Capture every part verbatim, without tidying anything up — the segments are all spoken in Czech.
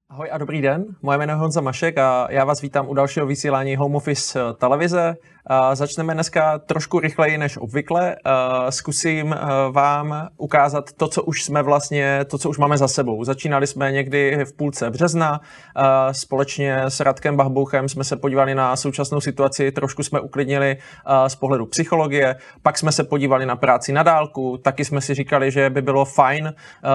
Ahoj a dobrý den, moje jméno je Honza Mašek a já vás vítám u dalšího vysílání Home Office televize. Začneme dneska trošku rychleji než obvykle. Zkusím vám ukázat to, co už jsme vlastně, to, co už máme za sebou. Začínali jsme někdy v půlce března. Společně s Radkem Bahbouchem jsme se podívali na současnou situaci, trošku jsme uklidnili z pohledu psychologie, pak jsme se podívali na práci na dálku, taky jsme si říkali, že by bylo fajn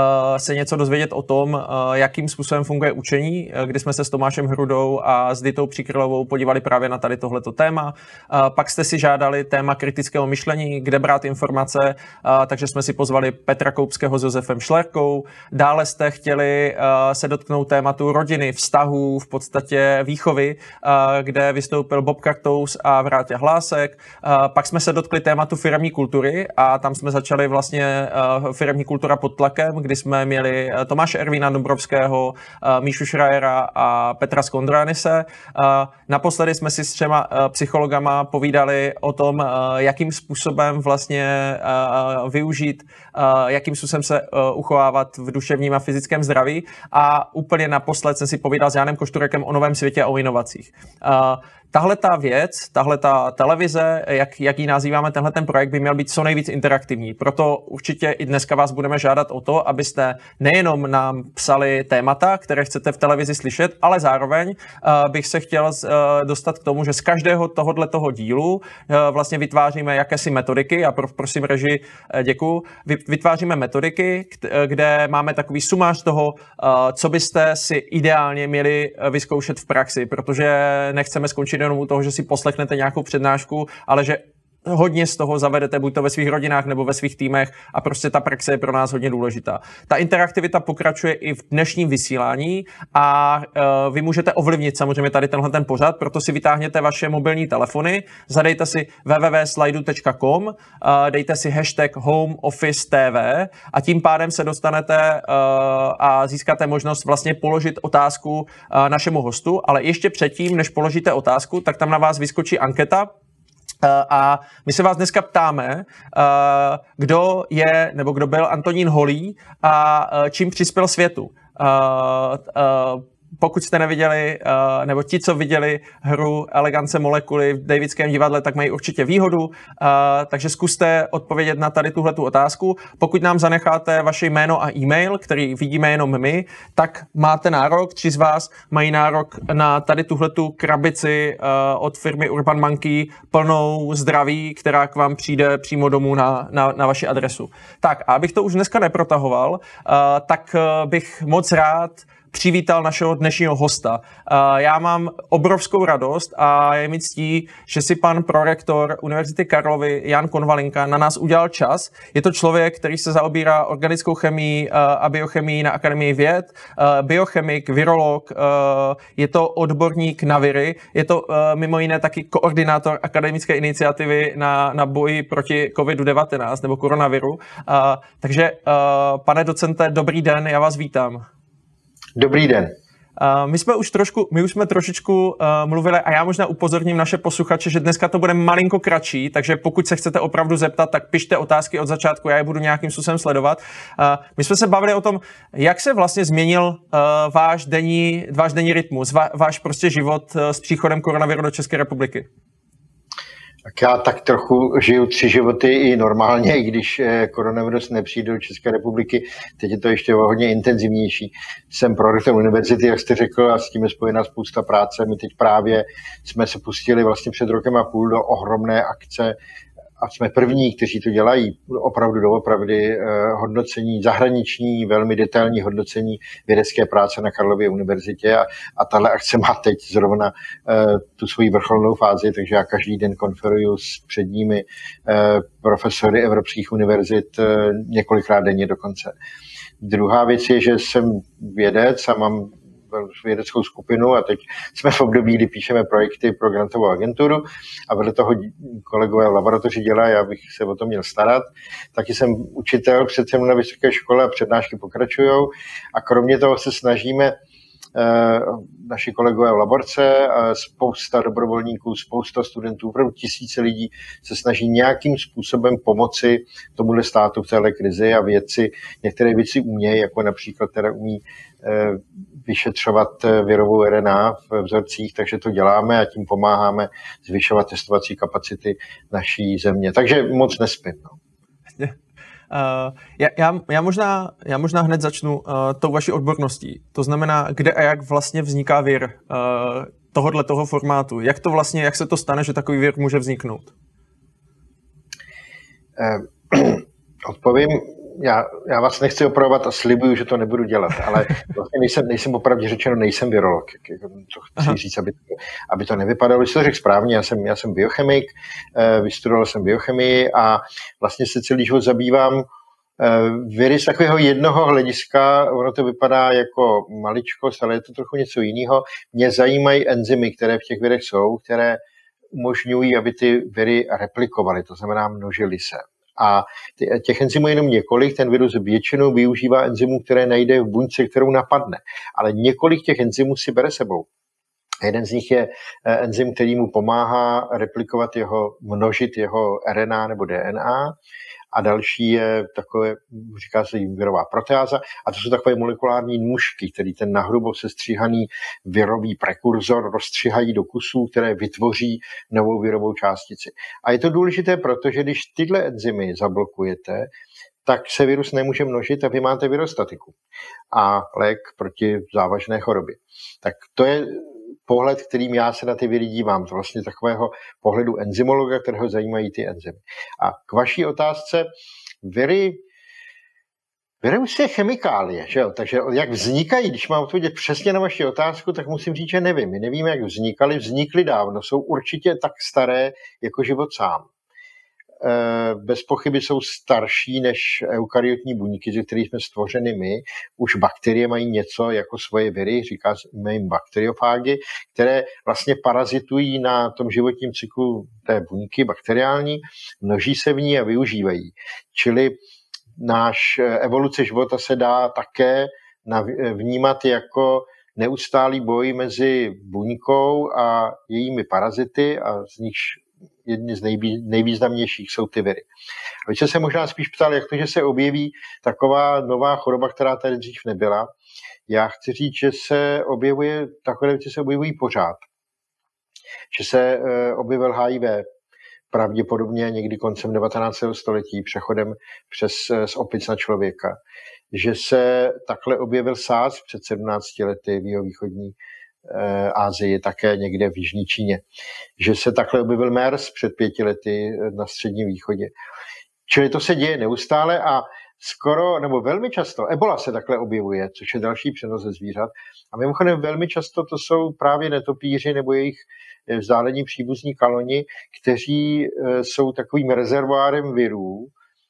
se něco dozvědět o tom, jakým způsobem funguje učení, kdy jsme se s Tomášem Hrudou a s Ditou Příkrylovou podívali právě na tady tohleto téma. Pak jste si žádali téma kritického myšlení, kde brát informace, takže jsme si pozvali Petra Koupského s Josefem Šlerkou. Dále jste chtěli se dotknout tématu rodiny, vztahů, v podstatě výchovy, kde vystoupil Bob Kartous a Vráťa Hlásek. Pak jsme se dotkli tématu firemní kultury a tam jsme začali vlastně firemní kultura pod tlakem, kdy jsme měli Tomáše Ervína Dombrovského, Míšu Schreiera a Petra Skondranise. Naposledy jsme si s třema psychologama povídali o tom, jakým způsobem vlastně využít, jakým způsobem se uchovávat v duševním a fyzickém zdraví. A úplně naposled jsem si povídal s Janem Košturekem o novém světě a o inovacích. Tahle ta věc, tahle ta televize, jak, jak ji nazýváme, tenhle ten projekt by měl být co nejvíc interaktivní. Proto určitě i dneska vás budeme žádat o to, abyste nejenom nám psali témata, které chcete v televizi slyšet, ale zároveň uh, bych se chtěl uh, dostat k tomu, že z každého tohohle toho dílu uh, vlastně vytváříme jakési metodiky, a pro, prosím reži, uh, děkuju, Vy, vytváříme metodiky, kde máme takový sumář toho, uh, co byste si ideálně měli vyzkoušet v praxi, protože nechceme skončit jenom u toho, že si poslechnete nějakou přednášku, ale že hodně z toho zavedete buď to ve svých rodinách nebo ve svých týmech a prostě ta praxe je pro nás hodně důležitá. Ta interaktivita pokračuje i v dnešním vysílání a uh, vy můžete ovlivnit samozřejmě tady tenhle ten pořad, proto si vytáhněte vaše mobilní telefony, zadejte si w w w tečka slidu tečka com, uh, dejte si hashtag Home Office T V a tím pádem se dostanete uh, a získáte možnost vlastně položit otázku uh, našemu hostu, ale ještě předtím, než položíte otázku, tak tam na vás vyskočí anketa. A my se vás dneska ptáme, kdo je, nebo kdo byl Antonín Holý a čím přispěl světu. Pokud jste neviděli, nebo ti, co viděli hru Elegance molekuly v Davidském divadle, tak mají určitě výhodu, takže zkuste odpovědět na tady tuhletu otázku. Pokud nám zanecháte vaše jméno a e-mail, který vidíme jenom my, tak máte nárok, tři z vás mají nárok na tady tuhletu krabici od firmy Urban Monkey plnou zdraví, která k vám přijde přímo domů na, na, na vaši adresu. Tak, a abych to už dneska neprotahoval, tak bych moc rád přivítal našeho dnešního hosta. Já mám obrovskou radost a je mi ctí, že si pan prorektor Univerzity Karlovy Jan Konvalinka na nás udělal čas. Je to člověk, který se zaobírá organickou chemií a biochemií na Akademii věd, biochemik, virolog, je to odborník na viry, je to mimo jiné taky koordinátor akademické iniciativy na, na boji proti kovidu devatenáct nebo koronaviru. Takže pane docente, dobrý den, já vás vítám. Dobrý den. Uh, my jsme už trošku, my už jsme trošičku uh, mluvili a já možná upozorním naše posluchače, že dneska to bude malinko kratší, takže pokud se chcete opravdu zeptat, tak pište otázky od začátku, já je budu nějakým způsobem sledovat. Uh, my jsme se bavili o tom, jak se vlastně změnil uh, váš denní, váš denní rytmus, va, váš prostě život uh, s příchodem koronaviru do České republiky. Tak já tak trochu žiju tři životy i normálně, i když koronavirus nepřijde do České republiky. Teď je to ještě hodně intenzivnější. Jsem prorektor univerzity, jak jste řekl, a s tím je spojená spousta práce. My teď právě jsme se pustili vlastně před rokem a půl do ohromné akce a jsme první, kteří to dělají opravdu doopravdy eh, hodnocení, zahraniční, velmi detailní hodnocení vědecké práce na Karlově univerzitě a, a tahle akce má teď zrovna eh, tu svoji vrcholnou fázi, takže já každý den konferuju s předními eh, profesory evropských univerzit eh, několikrát denně dokonce. Druhá věc je, že jsem vědec a mám vědeckou skupinu a teď jsme v období, kdy píšeme projekty pro grantovou agenturu a vedle toho kolegové v laboratoři dělají, já bych se o to měl starat. Taky jsem učitel přece na vysoké škole a přednášky pokračujou a kromě toho se snažíme naši kolegové v laborce, spousta dobrovolníků, spousta studentů, opravdu tisíce lidí se snaží nějakým způsobem pomoci tomuhle státu v téhle krizi a vědci, některé věci umějí, jako například teda umí vyšetřovat virovou R N A v vzorcích, takže to děláme a tím pomáháme zvyšovat testovací kapacity naší země. Takže moc nespím. No. Uh, já, já, já, možná, já možná hned začnu uh, tou vaší odborností. To znamená, kde a jak vlastně vzniká vir uh, tohohle toho formátu. Jak to vlastně, jak se to stane, že takový vir může vzniknout? Uh, odpovím, já, já vás nechci opravovat a slibuju, že to nebudu dělat, ale vlastně nejsem, nejsem opravdu řečeno, nejsem virolog. To chci Aha. říct, aby to, aby to nevypadalo. Když to řekl správně, já jsem, já jsem biochemik, vystudoval jsem biochemii a vlastně se celý život zabývám viry z takového jednoho hlediska. Ono to vypadá jako maličkost, ale je to trochu něco jiného. Mě zajímají enzymy, které v těch virech jsou, které umožňují, aby ty viry replikovaly, to znamená množily se. A těch enzymů je jenom několik, ten virus většinou využívá enzymů, které najde v buňce, kterou napadne. Ale několik těch enzymů si bere sebou. Jeden z nich je enzym, který mu pomáhá replikovat jeho, množit jeho R N A nebo D N A. A další je takové, říká se jim virová proteáza, a to jsou takové molekulární nůžky, které ten nahrubo sestříhaný virový prekurzor rozstříhají do kusů, které vytvoří novou virovou částici. A je to důležité, protože když tyhle enzymy zablokujete, tak se virus nemůže množit a vy máte virostatiku a lék proti závažné chorobě. Tak to je pohled, kterým já se na ty viry dívám, to vlastně takového pohledu enzymologa, kterého zajímají ty enzymy. A k vaší otázce, viry, virus je chemikálie, že jo? Takže jak vznikají, když mám odpovědět přesně na vaši otázku, tak musím říct, že nevím. My nevíme, jak vznikaly, vznikly dávno, jsou určitě tak staré jako život sám. Bez pochyby jsou starší než eukaryotní buňky, ze kterých jsme stvořeni my. Už bakterie mají něco jako svoje viry, říkáme jim bakteriofágy, které vlastně parazitují na tom životním cyklu té buňky bakteriální, množí se v ní a využívají. Čili náš evoluce života se dá také vnímat jako neustálý boj mezi buňkou a jejími parazity, a z nich jedni z nejvý, nejvýznamnějších jsou ty viry. A vy jste se možná spíš ptal, jak to, že se objeví taková nová choroba, která tady dřív nebyla. Já chci říct, že se objevuje, takové věci se objevují pořád. Že se e, objevil H I V pravděpodobně někdy koncem devatenáctého století přechodem přes z opic na člověka. Že se takhle objevil SARS před sedmnácti lety v jihovýchodní Asii, také někde v jižní Číně. Že se takhle objevil MERS před pěti lety na Středním východě. Čili to se děje neustále a skoro, nebo velmi často, Ebola se takhle objevuje, což je další přenos ze zvířat. A mimochodem velmi často to jsou právě netopíři nebo jejich vzdálení příbuzní kaloni, kteří jsou takovým rezervoárem virů.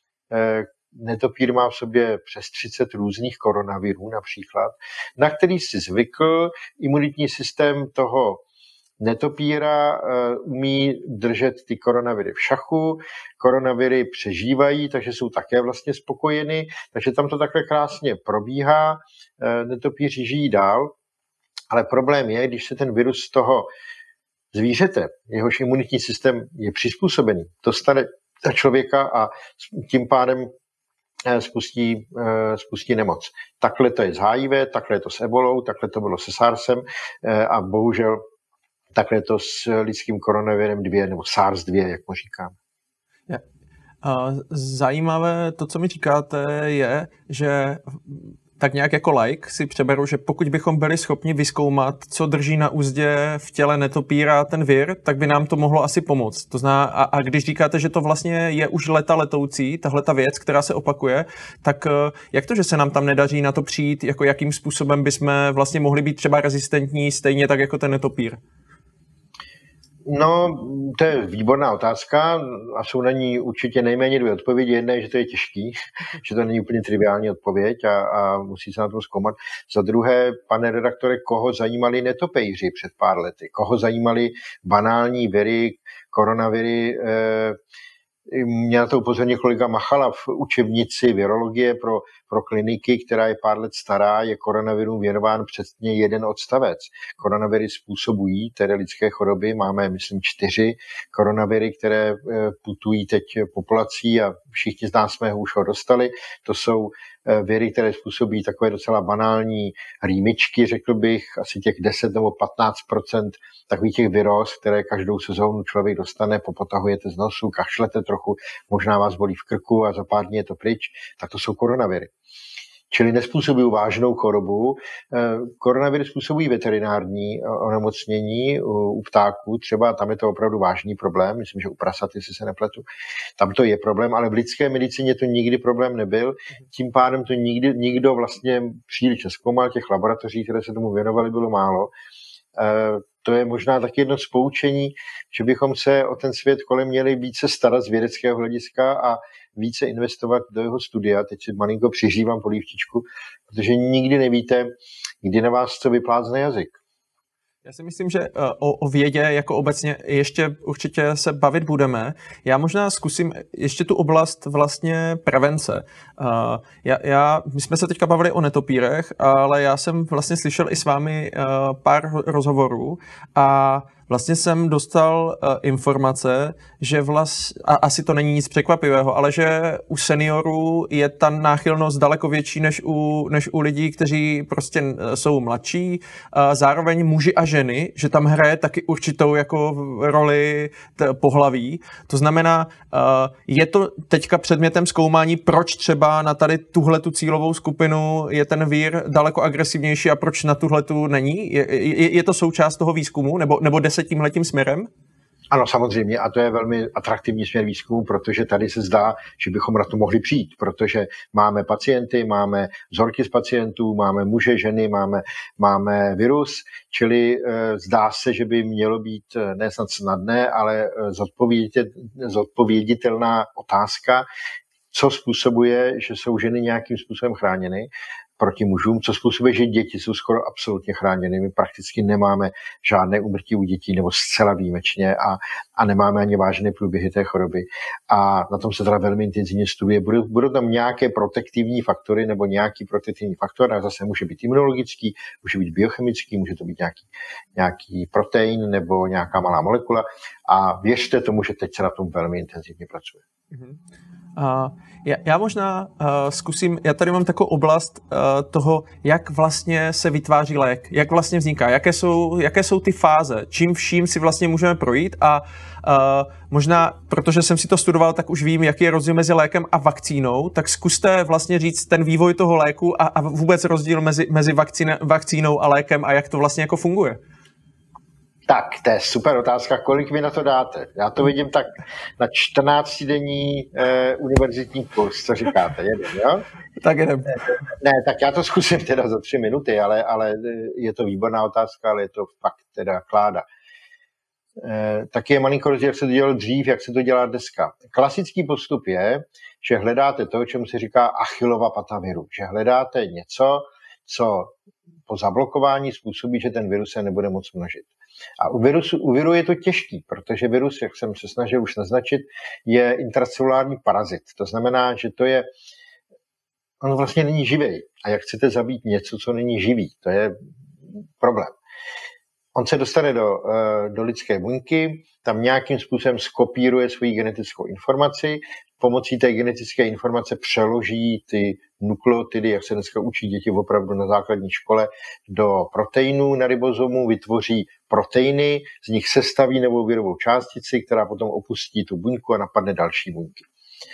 Netopír má v sobě přes třicet různých koronavirů například, na který si zvykl. Imunitní systém toho netopíra umí držet ty koronaviry v šachu, koronaviry přežívají, takže jsou také vlastně spokojeny, takže tam to takhle krásně probíhá, netopíři žijí dál, ale problém je, když se ten virus z toho zvířete, jehož imunitní systém je přizpůsobený, dostane na člověka a tím pádem spustí, spustí nemoc. Takhle to je s H I V, takhle je to s ebolou, takhle to bylo se SARSem a bohužel takhle je to s lidským koronavirem dva, nebo SARS dva, jak mu říkám. Zajímavé to, co mi říkáte, je, že tak nějak jako laik si přeberu, že pokud bychom byli schopni vyzkoumat, co drží na uzdě v těle netopíra ten vir, tak by nám to mohlo asi pomoct. To zná, a, a když říkáte, že to vlastně je už leta letoucí, tahle ta věc, která se opakuje, tak jak to, že se nám tam nedaří na to přijít, jako jakým způsobem bychom vlastně mohli být třeba rezistentní, stejně tak jako ten netopír? No, to je výborná otázka a jsou na ní určitě nejméně dvě odpovědi. Jedna je, že to je těžký, že to není úplně triviální odpověď a, a musí se na tom zkoumat. Za druhé, pane redaktore, koho zajímali netopejři před pár lety? Koho zajímali banální viry, koronaviry? Mě na to upozornil kolega Machala v učebnici virologie pro, pro kliniky, která je pár let stará, je koronavirům věnován přesně jeden odstavec. Koronaviry způsobují tedy lidské choroby. Máme, myslím, čtyři koronaviry, které putují teď populací a všichni z nás jsme ho už ho dostali. To jsou viry, které způsobí takové docela banální rýmičky, řekl bych, asi těch deset nebo patnáct procent takových těch viróz, které každou sezónu člověk dostane, popotahujete z nosu, kašlete trochu, možná vás bolí v krku a za pár dní je to pryč, tak to jsou koronaviry. Čili nespůsobují vážnou chorobu. Koronaviry způsobují veterinární onemocnění u ptáků, třeba tam je to opravdu vážný problém, myslím, že u prasat, jestli se nepletu, tam to je problém, ale v lidské medicíně to nikdy problém nebyl, tím pádem to nikdy, nikdo vlastně příliš nezkoumal, těch laboratoří, které se tomu věnovaly, bylo málo. To je možná taky jedno z poučení, že bychom se o ten svět kolem měli více starat z vědeckého hlediska a více investovat do jeho studia. Teď si malinko přiřívám polívčičku, protože nikdy nevíte, kdy na vás co vyplázne jazyk. Já si myslím, že o, o vědě jako obecně ještě určitě se bavit budeme. Já možná zkusím ještě tu oblast vlastně prevence. Uh, já, já, my jsme se teďka bavili o netopírech, ale já jsem vlastně slyšel i s vámi uh, pár rozhovorů a vlastně jsem dostal uh, informace, že vlastně, a asi to není nic překvapivého, ale že u seniorů je ta náchylnost daleko větší než u, než u lidí, kteří prostě jsou mladší. Uh, zároveň muži a ženy, že tam hraje taky určitou jako roli t- pohlaví. To znamená, uh, je to teďka předmětem zkoumání, proč třeba na tady tuhletu cílovou skupinu je ten vír daleko agresivnější a proč na tuhletu není? Je, je, je to součást toho výzkumu? Nebo, nebo jde se tímhletím směrem? Ano, samozřejmě, a to je velmi atraktivní směr výzkumu, protože tady se zdá, že bychom na to mohli přijít, protože máme pacienty, máme vzorky z pacientů, máme muže, ženy, máme, máme virus, čili e, zdá se, že by mělo být ne snad snadné, ale zodpověditelná otázka, co způsobuje, že jsou ženy nějakým způsobem chráněny proti mužům, co způsobuje, že děti jsou skoro absolutně chráněny. My prakticky nemáme žádné úmrtí u dětí, nebo zcela výjimečně, a, a nemáme ani vážné průběhy té choroby. A na tom se teda velmi intenzivně studuje. Budou, budou tam nějaké protektivní faktory nebo nějaký protektivní faktor, a zase může být imunologický, může být biochemický, může to být nějaký, nějaký protein nebo nějaká malá molekula. A věřte tomu, že teď se na tom velmi intenzivně pracuje. Mm-hmm. Uh, já, já možná uh, zkusím, já tady mám takovou oblast uh, toho, jak vlastně se vytváří lék, jak vlastně vzniká, jaké jsou, jaké jsou ty fáze, čím vším si vlastně můžeme projít a uh, možná, protože jsem si to studoval, tak už vím, jaký je rozdíl mezi lékem a vakcínou, tak zkuste vlastně říct ten vývoj toho léku a, a vůbec rozdíl mezi, mezi vakcín, vakcínou a lékem a jak to vlastně jako funguje. Tak, to je super otázka, kolik vy na to dáte. Já to vidím tak na čtrnáctidenní eh, univerzitní kurz, co říkáte, jeden, jo? Tak jedem. Ne, tak já to zkusím teda za tři minuty, ale, ale je to výborná otázka, ale je to fakt teda kláda. Eh, taky je malinko rozdíl, jak se to dělalo dřív, jak se to dělá dneska. Klasický postup je, že hledáte to, čemu se říká Achillova pata viru, že hledáte něco, co po zablokování způsobí, že ten virus se nebude moc množit. A u, virusu, u viru je to těžký, protože virus, jak jsem se snažil už naznačit, je intracelulární parazit. To znamená, že to je, on vlastně není živý. A jak chcete zabít něco, co není živý, to je problém. On se dostane do, do lidské buňky, tam nějakým způsobem skopíruje svoji genetickou informaci, pomocí té genetické informace přeloží ty nukleotidy, jak se dneska učí děti opravdu na základní škole, do proteinů na ribozomu, vytvoří proteiny, z nich sestaví novou virovou částici, která potom opustí tu buňku a napadne další buňky.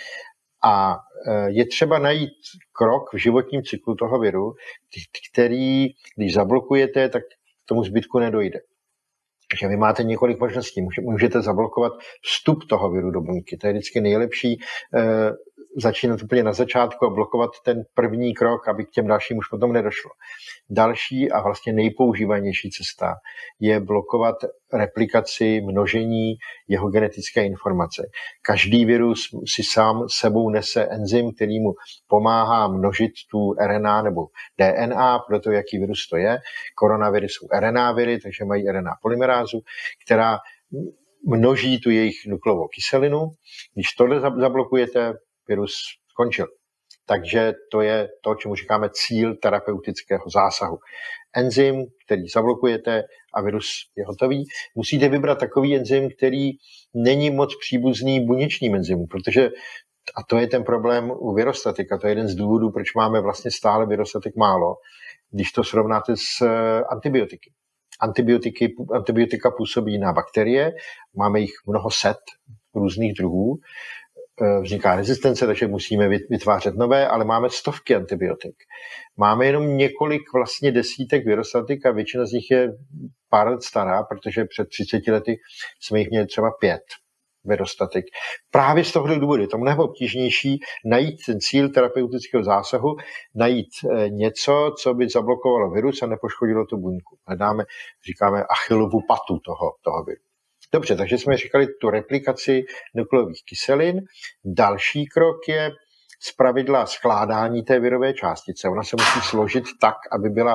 A je třeba najít krok v životním cyklu toho viru, který, když zablokujete, tak k tomu zbytku nedojde. Takže vy máte několik možností. Můžete zablokovat vstup toho viru do buňky. To je vždycky nejlepší. E, začínat úplně na začátku a blokovat ten první krok, aby k těm dalším už potom nedošlo. Další a vlastně nejpoužívanější cesta je blokovat replikaci, množení jeho genetické informace. Každý virus si sám sebou nese enzym, který mu pomáhá množit tu R N A nebo D N A, proto jaký virus to je. Koronaviry jsou R N A viry, takže mají R N A polymerázu, která množí tu jejich nukleovou kyselinu. Když tohle zablokujete, virus skončil. Takže to je to, čemu říkáme cíl terapeutického zásahu. Enzym, který zablokujete a virus je hotový. Musíte vybrat takový enzym, který není moc příbuzný buněčním enzymům, protože a to je ten problém u virostatika. To je jeden z důvodů, proč máme vlastně stále virostatik málo, když to srovnáte s antibiotiky. Antibiotiky, antibiotika působí na bakterie, máme jich mnoho set různých druhů, vzniká rezistence, takže musíme vytvářet nové, ale máme stovky antibiotik. Máme jenom několik vlastně desítek virostatik a většina z nich je pár let stará, protože před třiceti lety jsme jich měli třeba pět virostatik. Právě z tohoto důvodu je to mnohem obtížnější najít ten cíl terapeutického zásahu, najít něco, co by zablokovalo virus a nepoškodilo tu buňku. Hledáme, říkáme, Achillovu patu toho, toho viru. Dobře, takže jsme říkali tu replikaci nukleových kyselin. Další krok je zpravidla skládání té virové částice. Ona se musí složit tak, aby byla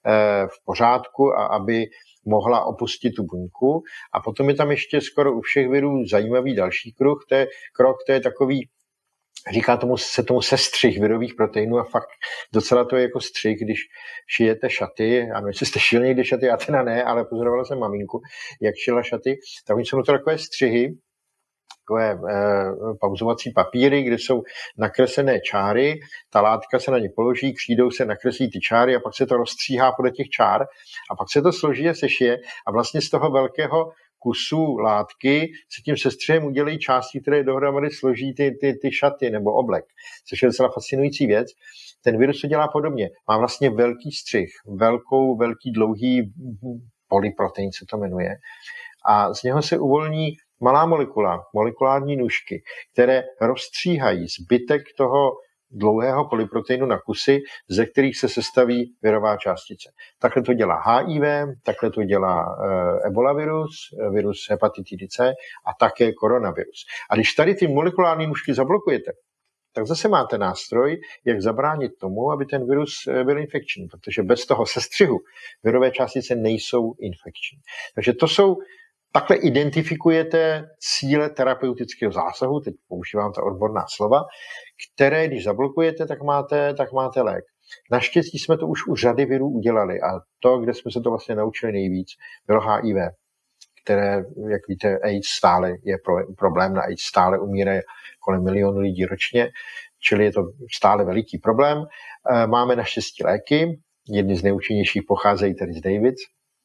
v pořádku a aby mohla opustit tu buňku. A potom je tam ještě skoro u všech virů zajímavý další kruh. To je krok, to je takový, říká tomu, se tomu sestřih virových proteinů a fakt docela to je jako střih, když šijete šaty. Ano, jestli jste šil někdy šaty, já teda ne, ale pozorovala jsem maminku, jak šila šaty. Tak oni jsou to takové střihy, takové e, pauzovací papíry, kde jsou nakreslené čáry, ta látka se na ně položí, křídou se nakreslí ty čáry a pak se to rozstříhá podle těch čár a pak se to složí a sešije a vlastně z toho velkého kusu látky se tím sestřihem udělají části, které dohromady složí ty, ty, ty šaty nebo oblek, což je docela fascinující věc. Ten virus to dělá podobně. Má vlastně velký střih, velkou, velký dlouhý polyprotein se to jmenuje a z něho se uvolní malá molekula, molekulární nůžky, které rozstříhají zbytek toho dlouhého polyproteinu na kusy, ze kterých se sestaví virová částice. Takhle to dělá H I V, takhle to dělá e, Ebola virus, virus hepatitidy C a také koronavirus. A když tady ty molekulární nůžky zablokujete, tak zase máte nástroj, jak zabránit tomu, aby ten virus byl infekční, protože bez toho sestřihu virové částice nejsou infekční. Takže to jsou Takhle identifikujete cíle terapeutického zásahu, teď používám ta odborná slova, které, když zablokujete, tak máte, tak máte lék. Naštěstí jsme to už u řady virů udělali a to, kde jsme se to vlastně naučili nejvíc, bylo H I V, které, jak víte, AIDS stále je pro, problém, na AIDS stále umírá kolem milionu lidí ročně, čili je to stále veliký problém. Máme naštěstí léky, jedny z nejúčinnějších pocházejí tedy z Davids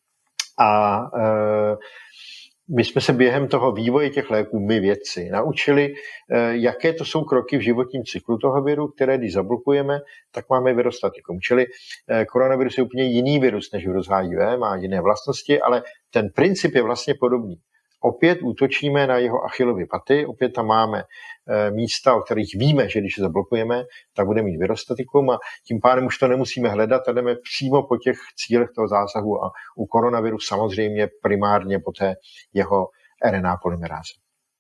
a e, my jsme se během toho vývoje těch léků, my vědci, naučili, jaké to jsou kroky v životním cyklu toho viru, které když zablokujeme, tak máme virostatikum. Čili koronavirus je úplně jiný virus než virus H I V, má jiné vlastnosti, ale ten princip je vlastně podobný. Opět útočíme na jeho Achillovy paty, opět tam máme místa, o kterých víme, že když je zablokujeme, tak bude mít virostatikum a tím pádem už to nemusíme hledat a jdeme přímo po těch cílech toho zásahu a u koronaviru samozřejmě primárně po té jeho R N A polymeráze.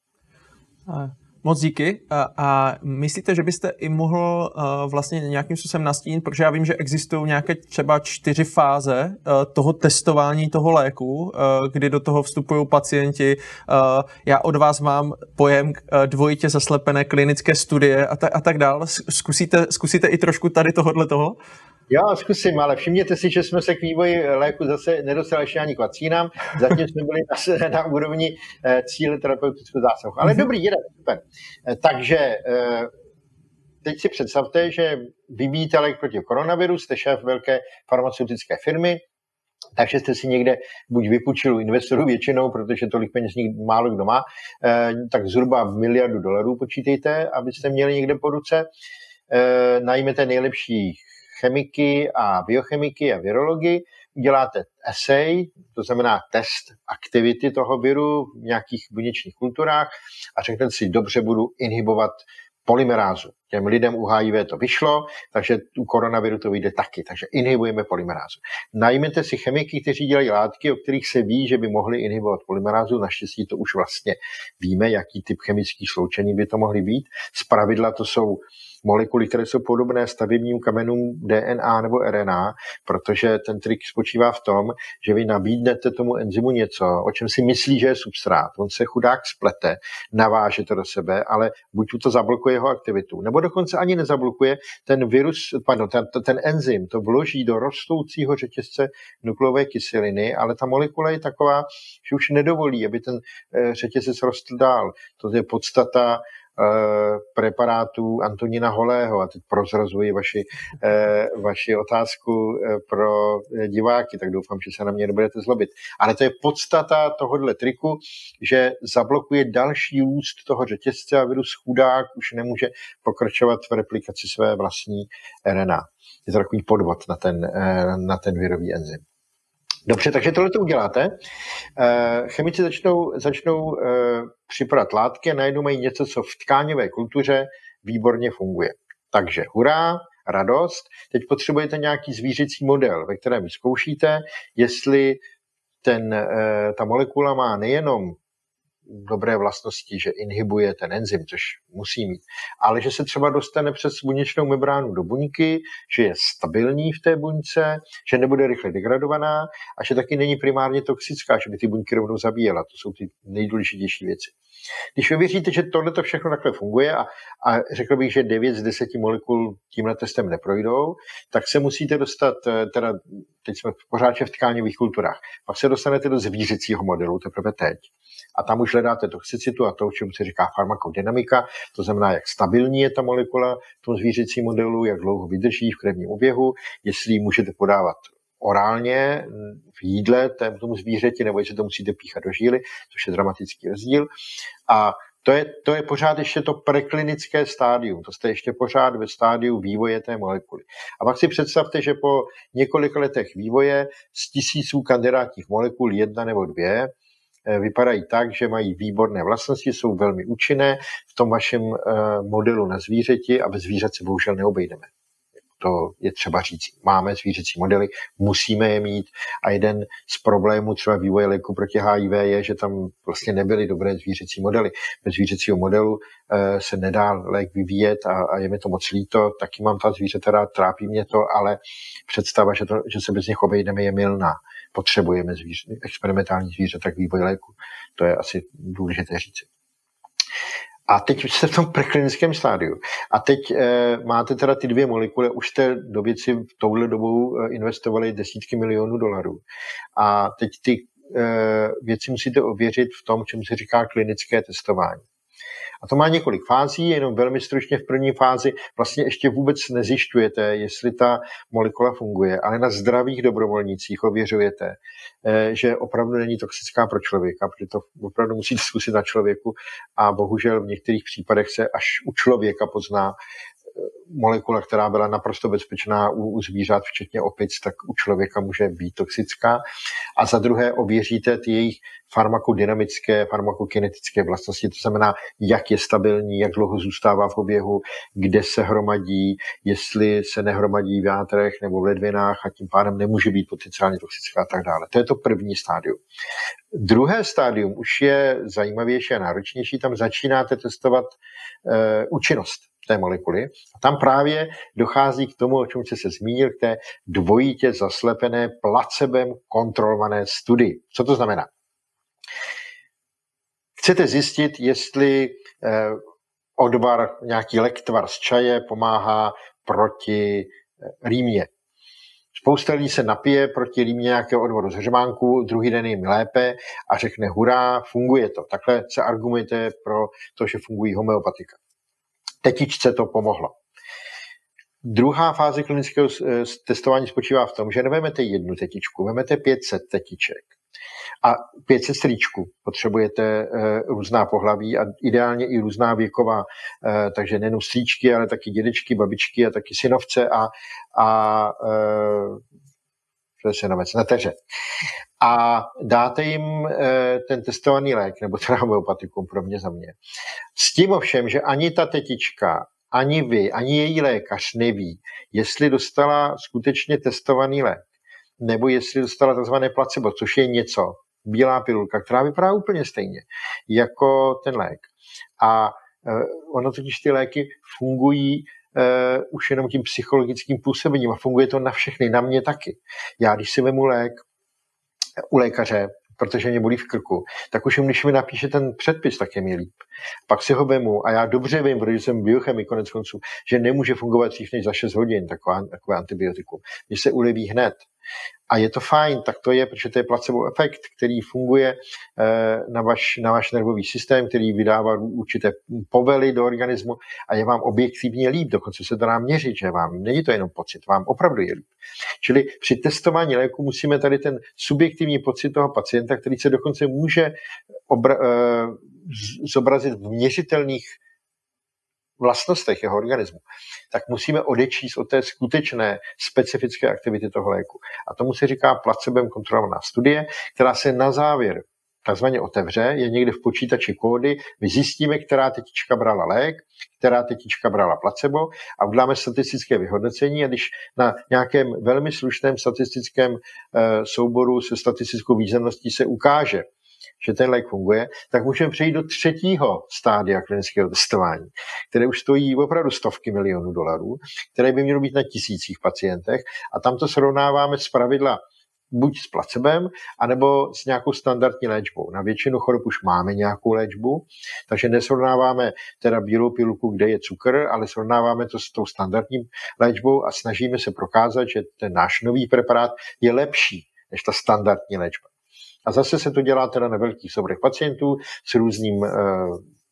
Moc díky. A, a myslíte, že byste i mohl uh, vlastně nějakým způsobem nastínit, protože já vím, že existují nějaké třeba čtyři fáze uh, toho testování toho léku, uh, kdy do toho vstupují pacienti. Uh, já od vás mám pojem uh, dvojitě zaslepené klinické studie a, ta, a tak dál. Zkusíte, zkusíte i trošku tady tohodle toho? Já zkusím, ale všimněte si, že jsme se k vývoji léku zase nedostali ještě ani k vakcínám, zatím jsme byli na, na úrovni e, cíle terapeutického zásahu. Ale mm-hmm. dobrý, jeden, super. E, takže e, teď si představte, že vyvíjíte lék proti koronaviru, jste šéf velké farmaceutické firmy, takže jste si někde buď vypůjčil u investorů většinou, protože tolik peněz málo kdo má, e, tak zhruba miliardu dolarů počítejte, abyste měli někde po ruce. E, najmete nejlepší chemiky a biochemiky a virology, uděláte assay, to znamená test aktivity toho viru v nějakých buněčných kulturách a řeknete si, dobře, budu inhibovat polymerázu. Těm lidem u H I V to vyšlo, takže u koronaviru to vyjde taky, takže inhibujeme polymerázu. Najměte si chemiky, kteří dělají látky, o kterých se ví, že by mohli inhibovat polymerázu, naštěstí to už vlastně víme, jaký typ chemických sloučení by to mohly být. Zpravidla to jsou molekuly, které jsou podobné stavebním kamenům D N A nebo R N A, protože ten trik spočívá v tom, že vy nabídnete tomu enzymu něco, o čem si myslí, že je substrát. On se chudák splete, naváže to do sebe, ale buď to zablokuje jeho aktivitu, nebo dokonce ani nezablokuje ten virus, pardon, ten, ten enzym to vloží do rostoucího řetězce nukleové kyseliny, ale ta molekula je taková, že už nedovolí, aby ten řetězec rostl dál. To je podstata preparátů Antonína Holého. A teď prozrazuji vaši, vaši otázku pro diváky, tak doufám, že se na mě nebudete zlobit. Ale to je podstata tohohle triku, že zablokuje další růst toho řetězce a virus chudák už nemůže pokračovat v replikaci své vlastní R N A. Je to takový podvod na ten, na ten virový enzym. Dobře, takže tohle to uděláte. Chemici začnou, začnou připadat látky a najednou mají něco, co v tkáňové kultuře výborně funguje. Takže hurá, radost. Teď potřebujete nějaký zvířecí model, ve kterém zkoušíte, jestli ten, ta molekula má nejenom dobré vlastnosti, že inhibuje ten enzym, což musí mít, ale že se třeba dostane přes buněčnou membránu do buňky, že je stabilní v té buňce, že nebude rychle degradovaná a že taky není primárně toxická, že by ty buňky rovnou zabíjela. To jsou ty nejdůležitější věci. Když vy věříte, že tohle to všechno takhle funguje a, a řekl bych, že devět z deseti molekul tímhle testem neprojdou, tak se musíte dostat, teda teď jsme pořád v tkáňových kulturách, pak se dostanete do zvířecího modelu, teprve teď. A tam už hledáte toxicitu a to, čemu se říká farmakodynamika, to znamená, jak stabilní je ta molekula v tom zvířecím modelu, jak dlouho vydrží v krevním oběhu, jestli ji můžete podávat orálně v jídle tomu zvířeti, nebo jestli to musíte píchat do žíly, což je dramatický rozdíl. A to je, to je pořád ještě to preklinické stádium, to jste ještě pořád ve stádiu vývoje té molekuly. A pak si představte, že po několika letech vývoje z tisíců kandidátních molekul jedna nebo dvě vypadají tak, že mají výborné vlastnosti, jsou velmi účinné v tom vašem modelu na zvířeti a bez zvířat se bohužel neobejdeme. To je třeba říct. Máme zvířecí modely, musíme je mít a jeden z problémů třeba vývoje léku proti H I V je, že tam vlastně nebyly dobré zvířecí modely. Bez zvířecího modelu e, se nedá lék vyvíjet a, a je mi to moc líto, taky mám ta zvířata rád, trápí mě to, ale představa, že, to, že se bez nich obejdeme, je mylná. Potřebujeme zvíře, experimentální zvířata k vývoji léku. To je asi důležité říci. A teď jste v tom preklinickém stádiu. A teď e, máte teda ty dvě molekuly, už jste do věci v touhle dobou investovali desítky milionů dolarů. A teď ty e, věci musíte ověřit v tom, čemu se říká klinické testování. A to má několik fází, jenom velmi stručně v první fázi vlastně ještě vůbec nezjišťujete, jestli ta molekula funguje, ale na zdravých dobrovolnících ověřujete, že opravdu není toxická pro člověka, protože to opravdu musíte zkusit na člověku a bohužel v některých případech se až u člověka pozná molekula, která byla naprosto bezpečná u, u zvířat, včetně opic, tak u člověka může být toxická. A za druhé ověříte ty jejich farmakodynamické, farmakokinetické vlastnosti, to znamená, jak je stabilní, jak dlouho zůstává v oběhu, kde se hromadí, jestli se nehromadí v játrech nebo v ledvinách a tím pádem nemůže být potenciálně toxická a tak dále. To je to první stádium. Druhé stádium už je zajímavější a náročnější, tam začínáte testovat e, účinnost té molekuly. A tam právě dochází k tomu, o čem jste se zmínil, k té dvojitě zaslepené placebem kontrolované studii. Co to znamená? Chcete zjistit, jestli eh, odvar, nějaký lektvar z čaje pomáhá proti eh, rýmě. Spousta lidí se napije proti rýmě nějakého odvodu z hřebánku, druhý den jim lépe a řekne hurá, funguje to. Takhle se argumentuje pro to, že fungují homeopatika. Tetičce to pomohlo. Druhá fáze klinického testování spočívá v tom, že nevezmete jednu tetičku, vezmete pět set tetiček a pět set strýčků. Potřebujete e, různá pohlaví a ideálně i různá věková, e, takže nejen strýčky, ale taky dědečky, babičky a taky synovce a, a e, synovec, neteře. A dáte jim e, ten testovaný lék, nebo teda homeopatikum pro mě za mě. S tím ovšem, že ani ta tetička, ani vy, ani její lékař neví, jestli dostala skutečně testovaný lék, nebo jestli dostala tzv. Placebo, což je něco, bílá pilulka, která vypadá úplně stejně jako ten lék. A e, ono totiž ty léky fungují uh, už jenom tím psychologickým působením a funguje to na všechny, na mě taky. Já, když si vemu lék u lékaře, protože mě bolí v krku, tak už když mi napíše ten předpis, tak je mi líp. Pak si ho vemu a já dobře vím, protože jsem biochemik konec konců, že nemůže fungovat dřív než za šest hodin takové, takové antibiotikum. Mně se uleví hned. A je to fajn, tak to je, protože to je placebo efekt, který funguje na váš, na váš nervový systém, který vydává určité povely do organismu a je vám objektivně líp, dokonce se to dá měřit, že vám není to jenom pocit, vám opravdu je líp. Čili při testování léku musíme tady ten subjektivní pocit toho pacienta, který se dokonce může obra- zobrazit v měřitelných vlastnostech jeho organismu, tak musíme odečíst od té skutečné specifické aktivity toho léku. A tomu se říká placebem kontrolovaná studie, která se na závěr takzvaně otevře, je někde v počítači kódy, my zjistíme, která tetička brala lék, která tetička brala placebo a uděláme statistické vyhodnocení a když na nějakém velmi slušném statistickém e, souboru se statistickou významností se ukáže, že ten lék funguje, tak můžeme přejít do třetího stádia klinického testování, které už stojí opravdu stovky milionů dolarů, které by mělo být na tisících pacientech a tam to srovnáváme z pravidla buď s placebem, anebo s nějakou standardní léčbou. Na většinu chorob už máme nějakou léčbu, takže nesrovnáváme teda bílou pilulku, kde je cukr, ale srovnáváme to s tou standardní léčbou a snažíme se prokázat, že ten náš nový preparát je lepší než ta standardní léčba. A zase se to dělá teda na velkých souborech pacientů s různým uh,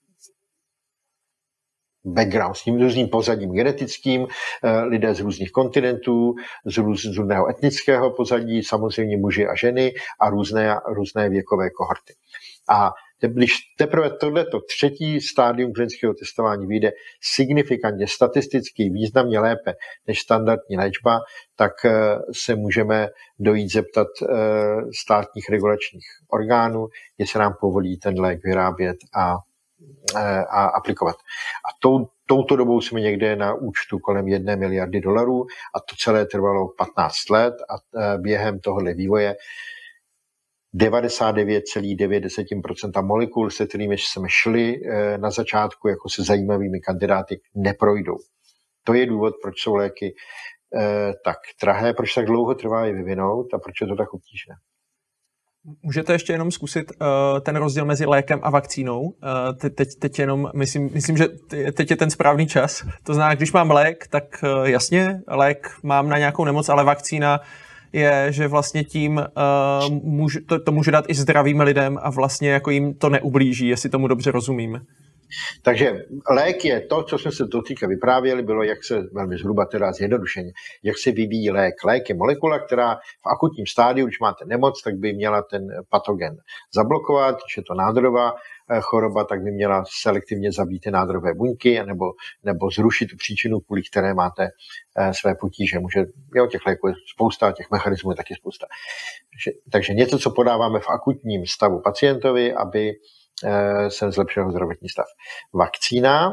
background, s tím různým pozadím genetickým, uh, lidé z různých kontinentů, z, růz, z různého etnického pozadí, samozřejmě muži a ženy a různé, různé věkové kohorty. A když teprve tohleto třetí stádium klinického testování vyjde signifikantně, statisticky významně lépe než standardní léčba, tak se můžeme dojít zeptat státních regulačních orgánů, jestli nám povolí ten lék vyrábět a, a aplikovat. A tou, touto dobou jsme někde na účtu kolem jedné miliardy dolarů a to celé trvalo patnáct let a během tohohle vývoje devadesát devět celá devět procent molekul, se kterými jsme šli na začátku jako se zajímavými kandidáty, neprojdou. To je důvod, proč jsou léky tak drahé, proč tak dlouho trvá je vyvinout a proč je to tak obtížné. Můžete ještě jenom zkusit uh, ten rozdíl mezi lékem a vakcínou? Uh, te, teď, teď jenom, myslím, myslím, že teď je ten správný čas. To znamená, když mám lék, tak uh, jasně, lék mám na nějakou nemoc, ale vakcína je, že vlastně tím uh, můžu, to, to může dát i zdravým lidem a vlastně jako jim to neublíží, jestli tomu dobře rozumím. Takže lék je to, co jsme se dotýka vyprávěli, bylo, jak se velmi zhruba teda zjednodušeně, jak se vyvíjí lék. Lék je molekula, která v akutním stádiu, když máte nemoc, tak by měla ten patogen zablokovat, když je to nádorová choroba, tak by měla selektivně zabít ty nádorové buňky nebo, nebo zrušit tu příčinu, kvůli které máte své potíže. Může, jo, těch léků je spousta, těch mechanismů je taky spousta. Takže, takže něco, co podáváme v akutním stavu pacientovi, aby se zlepšil zdravotní stav. Vakcína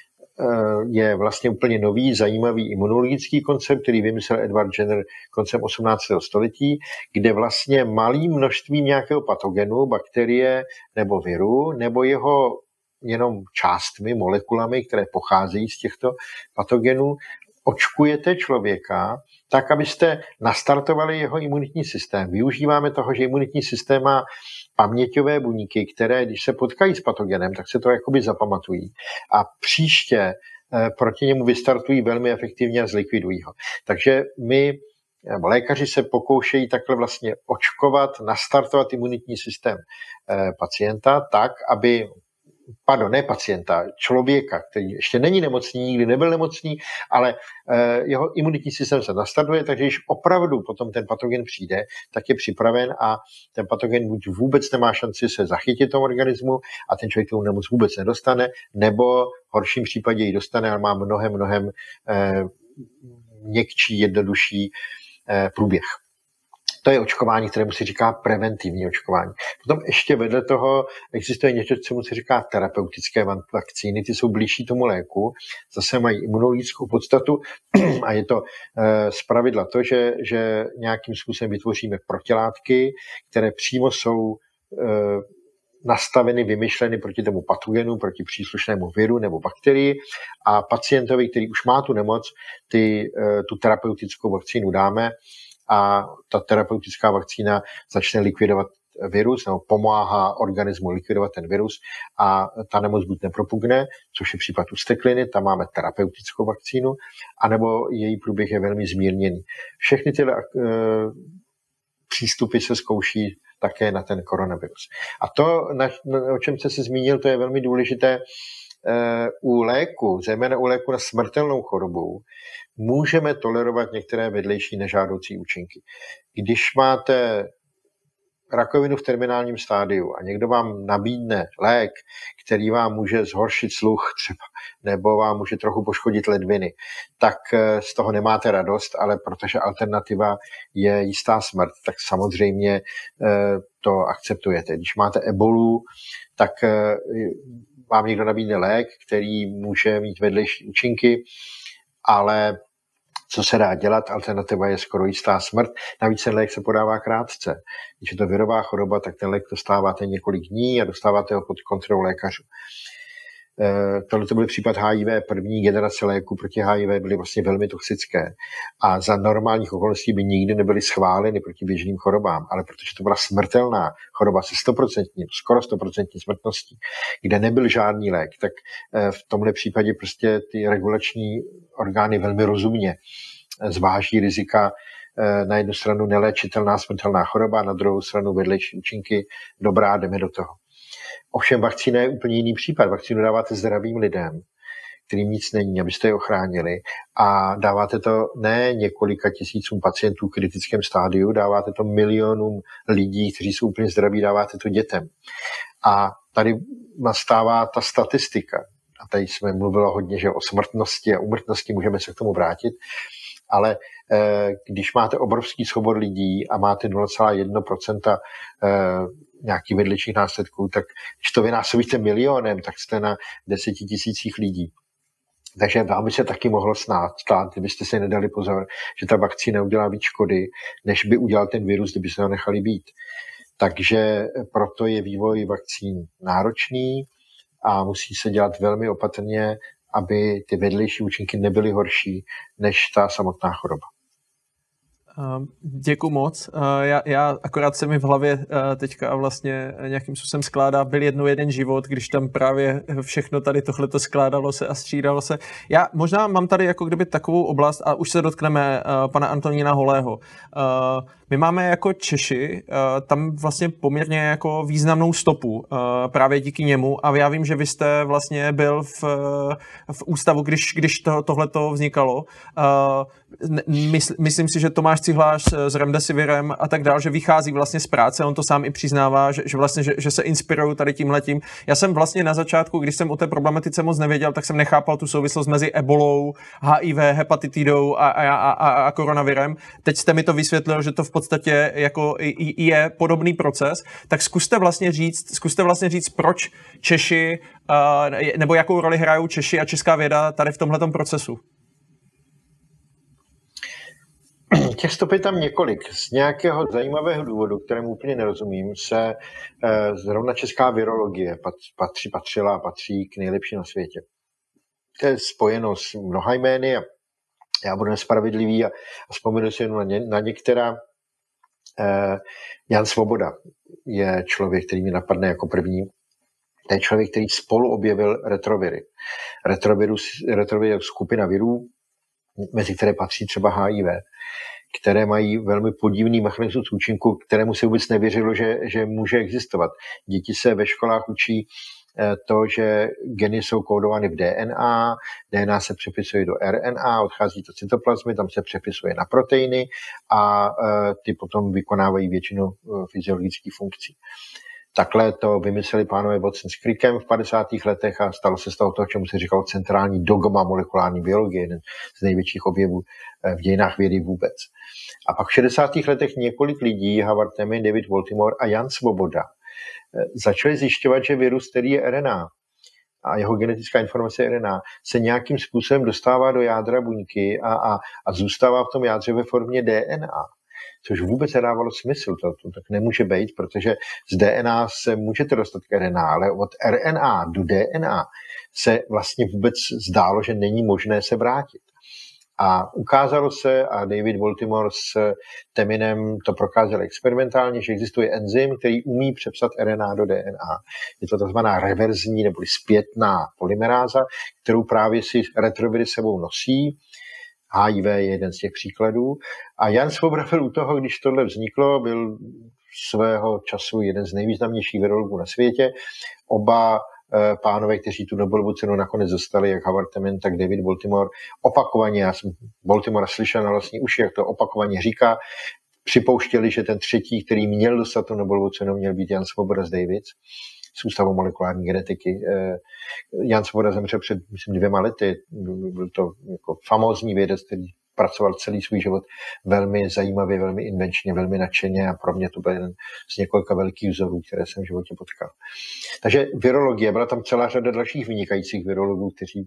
je vlastně úplně nový, zajímavý imunologický koncept, který vymyslel Edward Jenner koncem osmnáctého století, kde vlastně malým množstvím nějakého patogenu, bakterie nebo viru, nebo jeho jenom částmi, molekulami, které pocházejí z těchto patogenů, očkujete člověka tak, abyste nastartovali jeho imunitní systém. Využíváme toho, že imunitní systém má paměťové buňky, které, když se potkají s patogenem, tak se to jakoby zapamatují. A příště eh, proti němu vystartují velmi efektivně a zlikvidují ho. Takže my, nebo lékaři se pokoušejí takhle vlastně očkovat, nastartovat imunitní systém eh, pacienta tak, aby pardon, ne pacienta, člověka, který ještě není nemocný, nikdy nebyl nemocný, ale eh, jeho imunitní systém se nastartuje, takže když opravdu potom ten patogen přijde, tak je připraven a ten patogen buď vůbec nemá šanci se zachytit tomu organismu a ten člověk tomu nemoc vůbec nedostane, nebo v horším případě ji dostane, ale má mnohem, mnohem eh, měkčí, jednodušší eh, průběh. To je očkování, kterému se říká preventivní očkování. Potom ještě vedle toho existuje něco, co se říká terapeutické vakcíny, ty jsou blížší tomu léku, zase mají imunologickou podstatu a je to e, zpravidla to, že, že nějakým způsobem vytvoříme protilátky, které přímo jsou e, nastaveny, vymyšleny proti tomu patogenu, proti příslušnému viru nebo bakterii a pacientovi, který už má tu nemoc, ty, tu terapeutickou vakcínu dáme a ta terapeutická vakcína začne likvidovat virus nebo pomáhá organismu likvidovat ten virus a ta nemoc buď nepropugne, což je případ vztekliny, tam máme terapeutickou vakcínu, anebo její průběh je velmi zmírněný. Všechny tyhle uh, přístupy se zkouší také na ten koronavirus. A to, na, na, o čem jste se zmínil, to je velmi důležité. Uh, u léku, zejména u léku na smrtelnou chorobu, můžeme tolerovat některé vedlejší nežádoucí účinky. Když máte rakovinu v terminálním stádiu a někdo vám nabídne lék, který vám může zhoršit sluch třeba, nebo vám může trochu poškodit ledviny, tak z toho nemáte radost, ale protože alternativa je jistá smrt, tak samozřejmě to akceptujete. Když máte ebolu, tak vám někdo nabídne lék, který může mít vedlejší účinky, ale co se dá dělat, alternativa je skoro jistá smrt. Navíc ten lék se podává krátce. Když je to virová choroba, tak ten lék dostáváte několik dní a dostáváte ho pod kontrolou lékařů. Tohle to byl případ H I V. První generace léků proti H I V byly vlastně velmi toxické a za normálních okolností by nikdy nebyly schváleny proti běžným chorobám, ale protože to byla smrtelná choroba se stoprocentní, skoro stoprocentní smrtností, kde nebyl žádný lék, tak v tomhle případě prostě ty regulační orgány velmi rozumně zváží rizika. Na jednu stranu neléčitelná smrtelná choroba, na druhou stranu vedlejší účinky, dobrá, jdeme do toho. Ovšem vakcína je úplně jiný případ. Vakcínu dáváte zdravým lidem, kterým nic není, abyste je ochránili a dáváte to ne několika tisícům pacientů v kritickém stádiu, dáváte to milionům lidí, kteří jsou úplně zdraví, dáváte to dětem. A tady nastává ta statistika. A tady jsme mluvili hodně, že o smrtnosti a úmrtnosti, můžeme se k tomu vrátit, ale eh, když máte obrovský soubor lidí a máte nula celá jedna procenta eh, nějakých vedlejších následků, tak když to vynásobíte milionem, tak jste na deseti tisících lidí. Takže vám by se taky mohlo snát stát, kdybyste se nedali pozor, že ta vakcína udělá víc škody, než by udělal ten virus, kdyby se ho nechali být. Takže proto je vývoj vakcín náročný a musí se dělat velmi opatrně, aby ty vedlejší účinky nebyly horší než ta samotná choroba. Děkuju moc. Já, já akorát se mi v hlavě teďka vlastně nějakým způsobem skládá byl jednou jeden život, když tam právě všechno tady tohleto skládalo se a střídalo se. Já možná mám tady jako kdyby takovou oblast a už se dotkneme pana Antonína Holého. My máme jako Češi tam vlastně poměrně jako významnou stopu právě díky němu a já vím, že vy jste vlastně byl v, v ústavu, když, když to, tohleto vznikalo. Mysl, myslím si, že Tomáš Cihlář s Remdesivirem a tak dál, že vychází vlastně z práce, on to sám i přiznává, že, že vlastně, že, že se inspirují tady tímhletím. Já jsem vlastně na začátku, když jsem o té problematice moc nevěděl, tak jsem nechápal tu souvislost mezi ebolou, H I V, hepatitidou a, a, a, a, a koronavirem. Teď jste mi to vysvětlil, že to v podstatě jako je podobný proces, tak zkuste vlastně říct, zkuste vlastně říct, proč Češi, nebo jakou roli hrajou Češi a česká věda tady v tomhletom procesu. Těch stop je tam několik. Z nějakého zajímavého důvodu, kterému úplně nerozumím, se eh, zrovna česká virologie patří, patřila a patří k nejlepší na světě. To je spojeno s mnoha jmény a já budu nespravedlivý a, a vzpomenu si jenom na, ně, na některá. Eh, Jan Svoboda je člověk, který mi napadne jako první. To je člověk, který spolu objevil retroviry. Retrovirus, retroviry je skupina virů, mezi které patří třeba H I V, které mají velmi podivný mechanismus účinku, kterému se vůbec nevěřilo, že, že může existovat. Děti se ve školách učí to, že geny jsou kódovány v D N A, D N A se přepisuje do R N A, odchází do cytoplazmy, tam se přepisuje na proteiny a ty potom vykonávají většinu fyziologických funkcí. Takhle to vymysleli pánové Watson s Crickem v padesátých letech a stalo se z toho to, čemu se říkalo centrální dogma molekulární biologie, jeden z největších objevů v dějinách vědy vůbec. A pak v šedesátých letech několik lidí, Howard Temin, David Baltimore a Jan Svoboda, začali zjišťovat, že virus, který je R N A a jeho genetická informace R N A, se nějakým způsobem dostává do jádra buňky a, a, a zůstává v tom jádře ve formě D N A. což vůbec nedávalo smysl. To, to tak nemůže být, protože z D N A se můžete dostat k R N A, ale od R N A do D N A se vlastně vůbec zdálo, že není možné se vrátit. A ukázalo se, a David Baltimore s Teminem to prokázal experimentálně, že existuje enzym, který umí přepsat R N A do D N A. Je to tzv. Reverzní nebo zpětná polymeráza, kterou právě si retroviry sebou nosí. H I V je jeden z těch příkladů. A Jan Svoboda byl u toho, když tohle vzniklo, byl svého času jeden z nejvýznamnějších virologů na světě. Oba pánové, kteří tu Nobelovu cenu nakonec dostali, jak Howard Temin, tak David Baltimore, opakovaně, já jsem Baltimora slyšel na vlastní uši, jak to opakovaně říká, připouštěli, že ten třetí, který měl dostat tu Nobelovu cenu, měl být Jan Svoboda z Davids, z Ústavu molekulární genetiky. Jan Svoboda zemřel před, myslím, dvěma lety. Byl to jako famózní vědec, který pracoval celý svůj život velmi zajímavě, velmi invenčně, velmi nadšeně a pro mě to byl jeden z několika velkých vzorů, které jsem v životě potkal. Takže virologie, byla tam celá řada dalších vynikajících virologů, kteří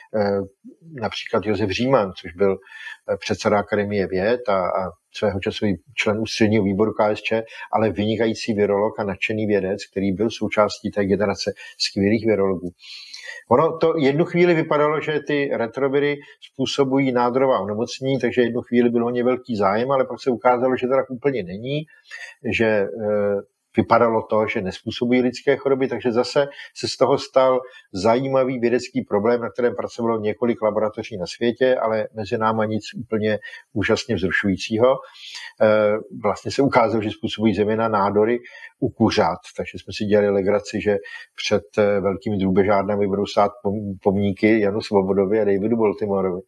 například Josef Říman, což byl předseda Akademie věd a, a svého času člen ústředního výboru K S Č, ale vynikající virolog a nadšený vědec, který byl součástí té generace skvělých virologů. Ono to jednu chvíli vypadalo, že ty retroviry způsobují nádorová onemocnění, takže jednu chvíli byl o ně velký zájem, ale pak se ukázalo, že to tak úplně není, že e, vypadalo to, že nespůsobují lidské choroby, takže zase se z toho stal zajímavý vědecký problém, na kterém pracovalo několik laboratoří na světě, ale mezi náma nic úplně úžasně vzrušujícího. E, vlastně se ukázalo, že způsobují zejména nádory u kuřat, takže jsme si dělali legraci, že před velkými drůbežárnami budou stát pomníky Janu Svobodovi a Davidu Baltimorovi.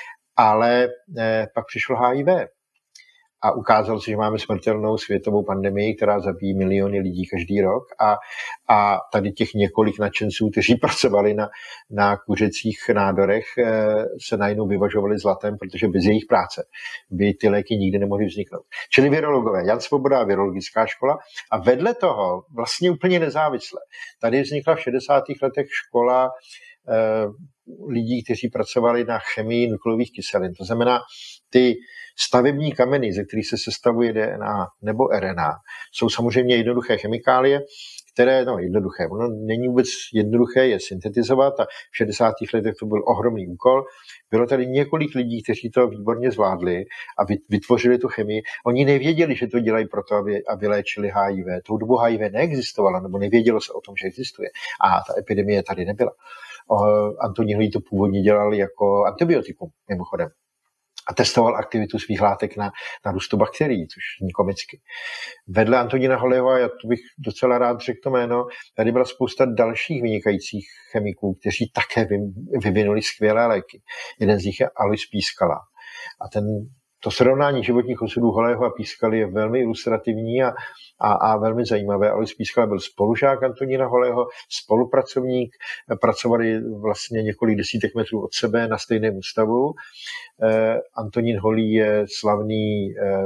Ale e, pak přišlo H I V. A ukázalo se, že máme smrtelnou světovou pandemii, která zabíjí miliony lidí každý rok. A, a tady těch několik nadšenců, kteří pracovali na, na kuřecích nádorech, se najednou vyvažovali zlatem, protože bez jejich práce by ty léky nikdy nemohly vzniknout. Čili virologové, Jan Svoboda, virologická škola. A vedle toho, vlastně úplně nezávisle, tady vznikla v šedesátých letech škola eh, lidí, kteří pracovali na chemii nukleových kyselin. To znamená, ty stavební kameny, ze kterých se sestavuje D N A nebo R N A, jsou samozřejmě jednoduché chemikálie, které, no jednoduché, ono není vůbec jednoduché je syntetizovat a v šedesátých letech to byl ohromný úkol. Bylo tady několik lidí, kteří to výborně zvládli a vytvořili tu chemii. Oni nevěděli, že to dělají proto, aby, aby léčili H I V. Tou dobu H I V neexistovala, nebo nevědělo se o tom, že existuje. A ta epidemie tady nebyla. Antonín Hlí to původně dělal jako antibiotikum, mimochodem. A testoval aktivitu svých látek na, na růstu bakterií, což není komicky. Vedle Antonína Holého, já to bych docela rád řekl to jméno, tady byla spousta dalších vynikajících chemiků, kteří také vyvinuli skvělé léky. Jeden z nich je Alois Pískala. A ten, to srovnání životních osudů Holého a Pískaly je velmi ilustrativní a, a, a velmi zajímavé. Alois Pískala byl spolužák Antonína Holého, spolupracovník, pracovali vlastně několik desítek metrů od sebe na stejném ústavu. Eh, Antonín Holý je slavný eh,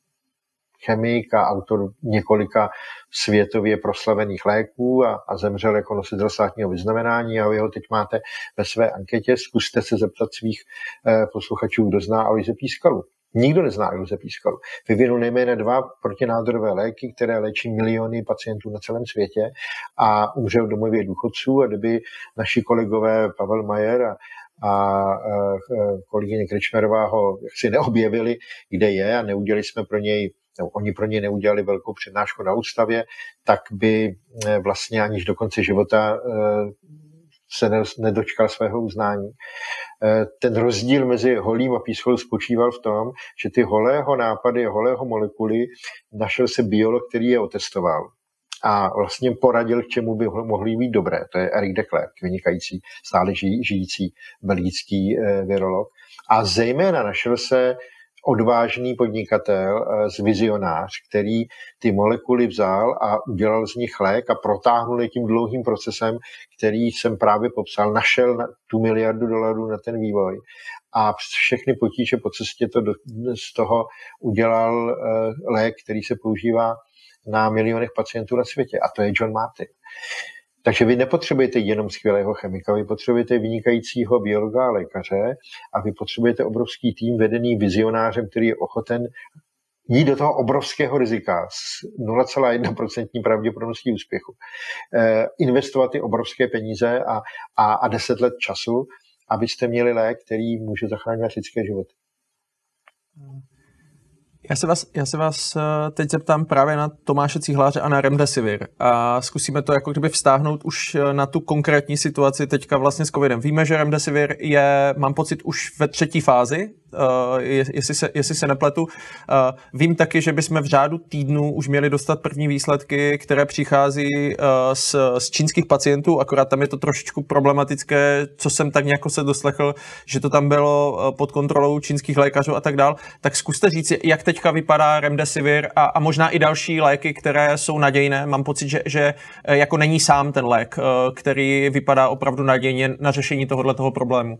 chemik a autor několika světově proslavených léků a, a zemřel jako nositel státního vyznamenání a vy ho teď máte ve své anketě. Zkuste se zeptat svých eh, posluchačů, kdo zná Aloise Pískalu. Nikdo nezná Aloise Pískalu. Vyvinul nejméně dva protinádorové léky, které léčí miliony pacientů na celém světě a umřel v domově důchodců, a kdyby naši kolegové Pavel Majer a a kolegyně Krečmerová ho jaksi neobjevili, kde je, a neudělali jsme pro něj, no, oni pro něj neudělali velkou přednášku na ústavě, tak by vlastně aniž do konce života se nedočkal svého uznání. Ten rozdíl mezi Holým a Pískalou spočíval v tom, že ty Holého nápady, Holého molekuly našel se biolog, který je otestoval a vlastně poradil, k čemu by mohly být dobré. To je Eric de Klerk, vynikající, stále žijící belgický virolog. A zejména našel se odvážný podnikatel, vizionář, který ty molekuly vzal a udělal z nich lék a protáhnul je tím dlouhým procesem, který jsem právě popsal, našel na tu miliardu dolarů na ten vývoj. A přes všechny potíže po cestě to do, z toho udělal lék, který se používá na milionech pacientů na světě. A to je John Martin. Takže vy nepotřebujete jenom skvělého chemika, vy potřebujete vynikajícího biologa a lékaře a vy potřebujete obrovský tým vedený vizionářem, který je ochoten jít do toho obrovského rizika s nula celá jedna procenta pravděpodobností úspěchu, eh, investovat ty obrovské peníze a, a, a deset let času, abyste měli lék, který může zachránit lidské životy. Já se, vás, já se vás teď zeptám právě na Tomáše Cihláře a na Remdesivir a zkusíme to jako kdyby vztáhnout už na tu konkrétní situaci teďka vlastně s covidem. Víme, že Remdesivir je, mám pocit, už ve třetí fázi, uh, jestli, se, jestli se nepletu. Uh, vím taky, že bychom v řádu týdnů už měli dostat první výsledky, které přichází uh, z, z čínských pacientů, akorát tam je to trošičku problematické, co jsem tak nějak se doslechl, že to tam bylo pod kontrolou čínských lékařů a tak dál. Tak zkuste říct, jak teďka vypadá Remdesivir a, a možná i další léky, které jsou nadějné. Mám pocit, že, že jako není sám ten lék, který vypadá opravdu nadějně na řešení tohoto problému.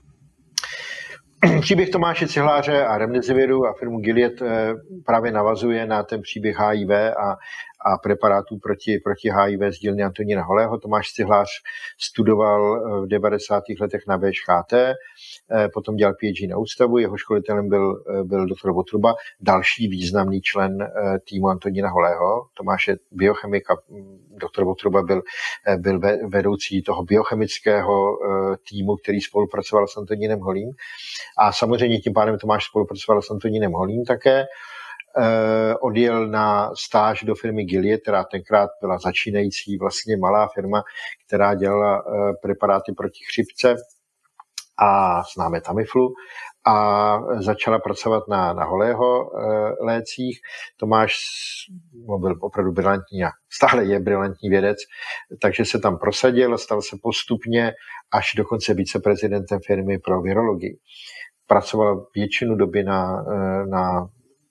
Příběh Tomáše Cihláře a Remdesiviru a firmu Gilead právě navazuje na ten příběh H I V a, a preparátů proti, proti H I V z dílny Antonína Holého. Tomáš Cihlář studoval v devadesátých letech na V Š Ch T, potom dělal P H D na ústavu, jeho školitelem byl, byl doktor Votruba, další významný člen týmu Antonína Holého. Tomáš je biochemik a doktor Votruba byl, byl vedoucí toho biochemického týmu, který spolupracoval s Antonínem Holým. A samozřejmě tím pádem Tomáš spolupracoval s Antonínem Holým také. Eh, odjel na stáž do firmy Gilead, která tenkrát byla začínající vlastně malá firma, která dělala eh, preparáty proti chřipce a známe Tamiflu a začala pracovat na, na Holého eh, lécích. Tomáš byl opravdu brilantní a stále je brilantní vědec, takže se tam prosadil a stal se postupně až dokonce viceprezidentem firmy pro virologii. Pracoval většinu doby na, na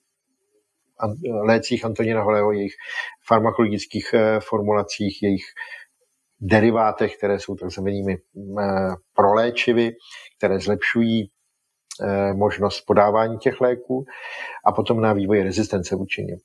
lécích Antonína Holého, jejich farmakologických formulacích, jejich derivátech, které jsou takzvanými proléčivy, které zlepšují možnost podávání těch léků a potom na vývoj rezistence vůči nim.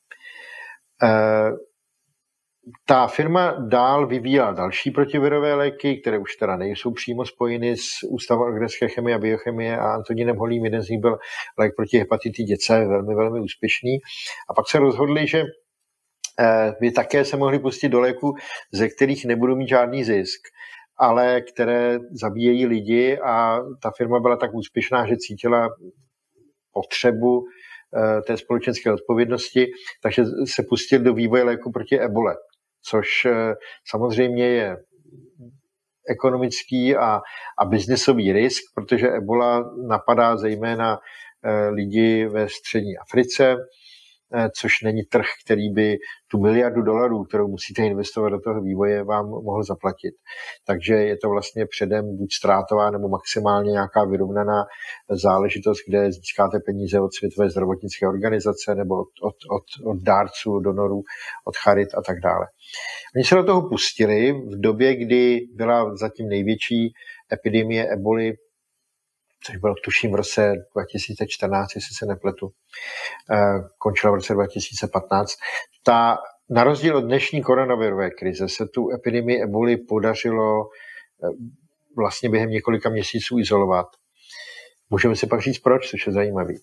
Ta firma dál vyvíjela další protivirové léky, které už teda nejsou přímo spojeny s Ústavem organické chemie a biochemie a Antonínem Holým. Jeden z nich byl lék proti hepatitidě C, velmi, velmi úspěšný. A pak se rozhodli, že by také se mohli pustit do léků, ze kterých nebudou mít žádný zisk, ale které zabíjejí lidi, a ta firma byla tak úspěšná, že cítila potřebu té společenské odpovědnosti, takže se pustil do vývoje léku proti ebole, což samozřejmě je ekonomický a, a biznesový risk, protože ebola napadá zejména lidi ve střední Africe, což není trh, který by tu miliardu dolarů, kterou musíte investovat do toho vývoje, vám mohl zaplatit. Takže je to vlastně předem buď ztrátová nebo maximálně nějaká vyrovnaná záležitost, kde získáte peníze od Světové zdravotnické organizace nebo od, od, od, od dárců, donorů, od charit a tak dále. Oni se do toho pustili v době, kdy byla zatím největší epidemie eboli, což bylo tuším v roce dva tisíce čtrnáct, jestli se nepletu, končila v roce dva tisíce patnáct. Ta, na rozdíl od dnešní koronavirové krize se tu epidemii eboli podařilo vlastně během několika měsíců izolovat. Můžeme si pak říct proč, což je zajímavý.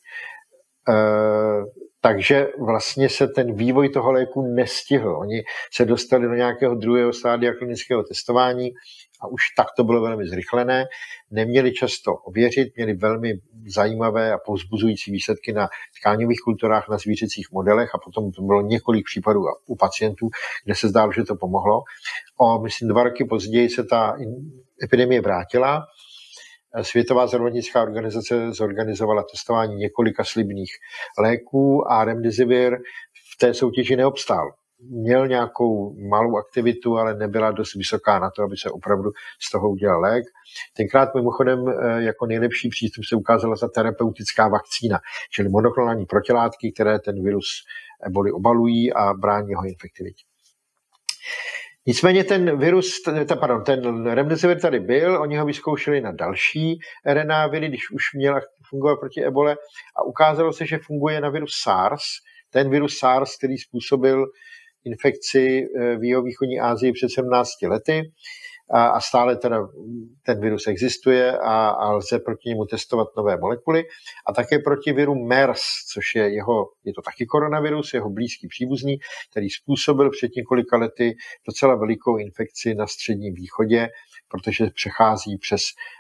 Takže vlastně se ten vývoj toho léku nestihl. Oni se dostali do nějakého druhého stádia klinického testování a už tak to bylo velmi zrychlené. Neměli často ověřit, měli velmi zajímavé a povzbuzující výsledky na tkáňových kulturách, na zvířecích modelech a potom to bylo několik případů u pacientů, kde se zdálo, že to pomohlo. O, myslím, dva roky později se ta epidemie vrátila. Světová zdravotnická organizace zorganizovala testování několika slibných léků a Remdesivir v té soutěži neobstál. Měl nějakou malou aktivitu, ale nebyla dost vysoká na to, aby se opravdu z toho udělal lék. Tenkrát mimochodem jako nejlepší přístup se ukázala ta terapeutická vakcína, čili monoklonální protilátky, které ten virus eboli obalují a brání jeho infektivitě. Nicméně ten virus, ta, pardon, ten Remdesivir tady byl, oni ho vyzkoušeli na další R N A viry, když už měla fungovat proti ebole a ukázalo se, že funguje na virus SARS, ten virus SARS, který způsobil infekci v jihovýchodní Asii před sedmnácti lety. a, a stále teda ten virus existuje a, a lze proti němu testovat nové molekuly. A také proti viru MERS, což je jeho, je to taky koronavirus, jeho blízký příbuzný, který způsobil před několika lety docela velikou infekci na Středním východě, protože přechází přes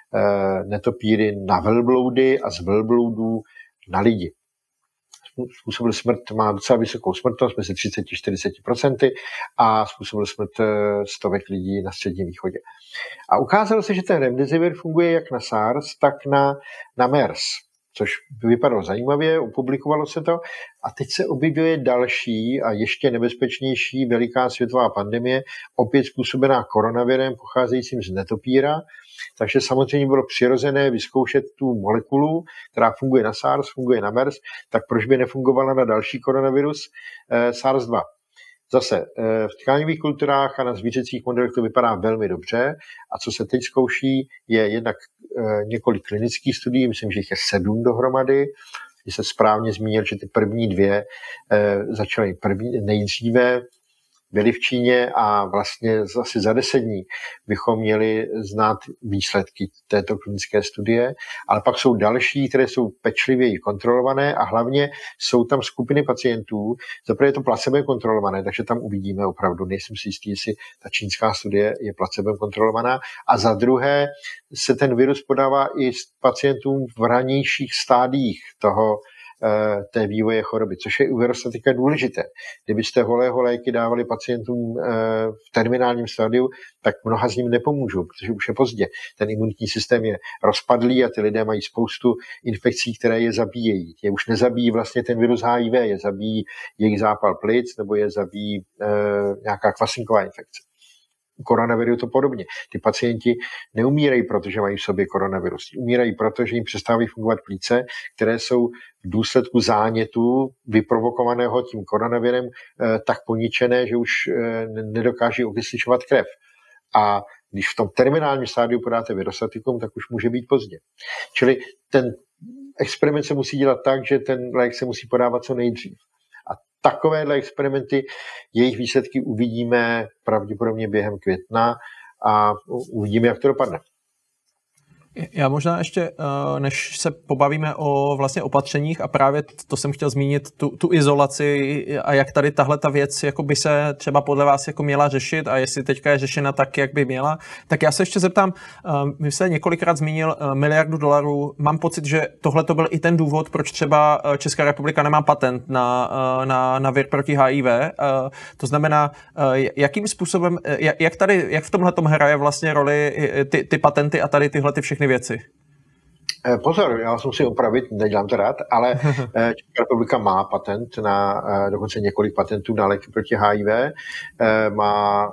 eh, netopíry na velbloudy a z velbloudů na lidi. Způsobil smrt, má docela vysokou smrtnost, mezi třicet až čtyřicet procent a způsobil smrt stovek lidí na Středním východě. A ukázalo se, že ten remdesivir funguje jak na SARS, tak na, na MERS, což vypadalo zajímavě, opublikovalo se to a teď se objevuje další a ještě nebezpečnější veliká světová pandemie, opět způsobená koronavirem pocházejícím z netopíra. Takže samozřejmě bylo přirozené vyzkoušet tu molekulu, která funguje na SARS, funguje na MERS, tak proč by nefungovala na další koronavirus eh, SARS dva. Zase eh, v tkáňových kulturách a na zvířecích modelech to vypadá velmi dobře a co se teď zkouší, je jednak eh, několik klinických studií, myslím, že jich je sedm dohromady. Když se správně zmínil, že ty první dvě eh, začaly první, nejdříve, byli v Číně a vlastně asi za deset dní bychom měli znát výsledky této klinické studie, ale pak jsou další, které jsou pečlivěji kontrolované a hlavně jsou tam skupiny pacientů, zaprvé je to placebo kontrolované, takže tam uvidíme opravdu, nejsem si jistý, jestli ta čínská studie je placebo kontrolovaná a za druhé se ten virus podává i pacientům v ranějších stádiích toho té vývoje choroby, což je u virostatika důležité. Kdybyste holého léky dávali pacientům v terminálním stádiu, tak mnoha z ním nepomůžou, protože už je pozdě. Ten imunitní systém je rozpadlý a ty lidé mají spoustu infekcí, které je zabíjejí. Je už nezabíjí vlastně ten virus H I V, je zabíjí jejich zápal plic nebo je zabíjí e, nějaká kvasinková infekce. U koronaviru to podobně. Ty pacienti neumírají, protože mají v sobě koronavirus. Umírají, protože jim přestávají fungovat plíce, které jsou v důsledku zánětu vyprovokovaného tím koronavirem eh, tak poničené, že už eh, nedokáží okysličovat krev. A když v tom terminálním stádiu podáte virostatikum, tak už může být pozdě. Čili ten experiment se musí dělat tak, že ten lék se musí podávat co nejdřív. Takovéhle experimenty, jejich výsledky uvidíme pravděpodobně během května a uvidíme, jak to dopadne. Já možná ještě, než se pobavíme o vlastně opatřeních a právě to jsem chtěl zmínit, tu, tu izolaci a jak tady tahle ta věc jako by se třeba podle vás jako měla řešit a jestli teďka je řešena tak, jak by měla, tak já se ještě zeptám, vy jste několikrát zmínil miliardu dolarů, mám pocit, že tohle to byl i ten důvod, proč třeba Česká republika nemá patent na, na, na vir proti H I V, to znamená, jakým způsobem, jak tady, jak v tomhletom hraje vlastně roli ty, ty patenty a tady tyhle ty všechny věci. Pozor, já vás musím opravit, nedělám to rád, ale Česká republika má patent na, dokonce několik patentů na léky proti H I V, má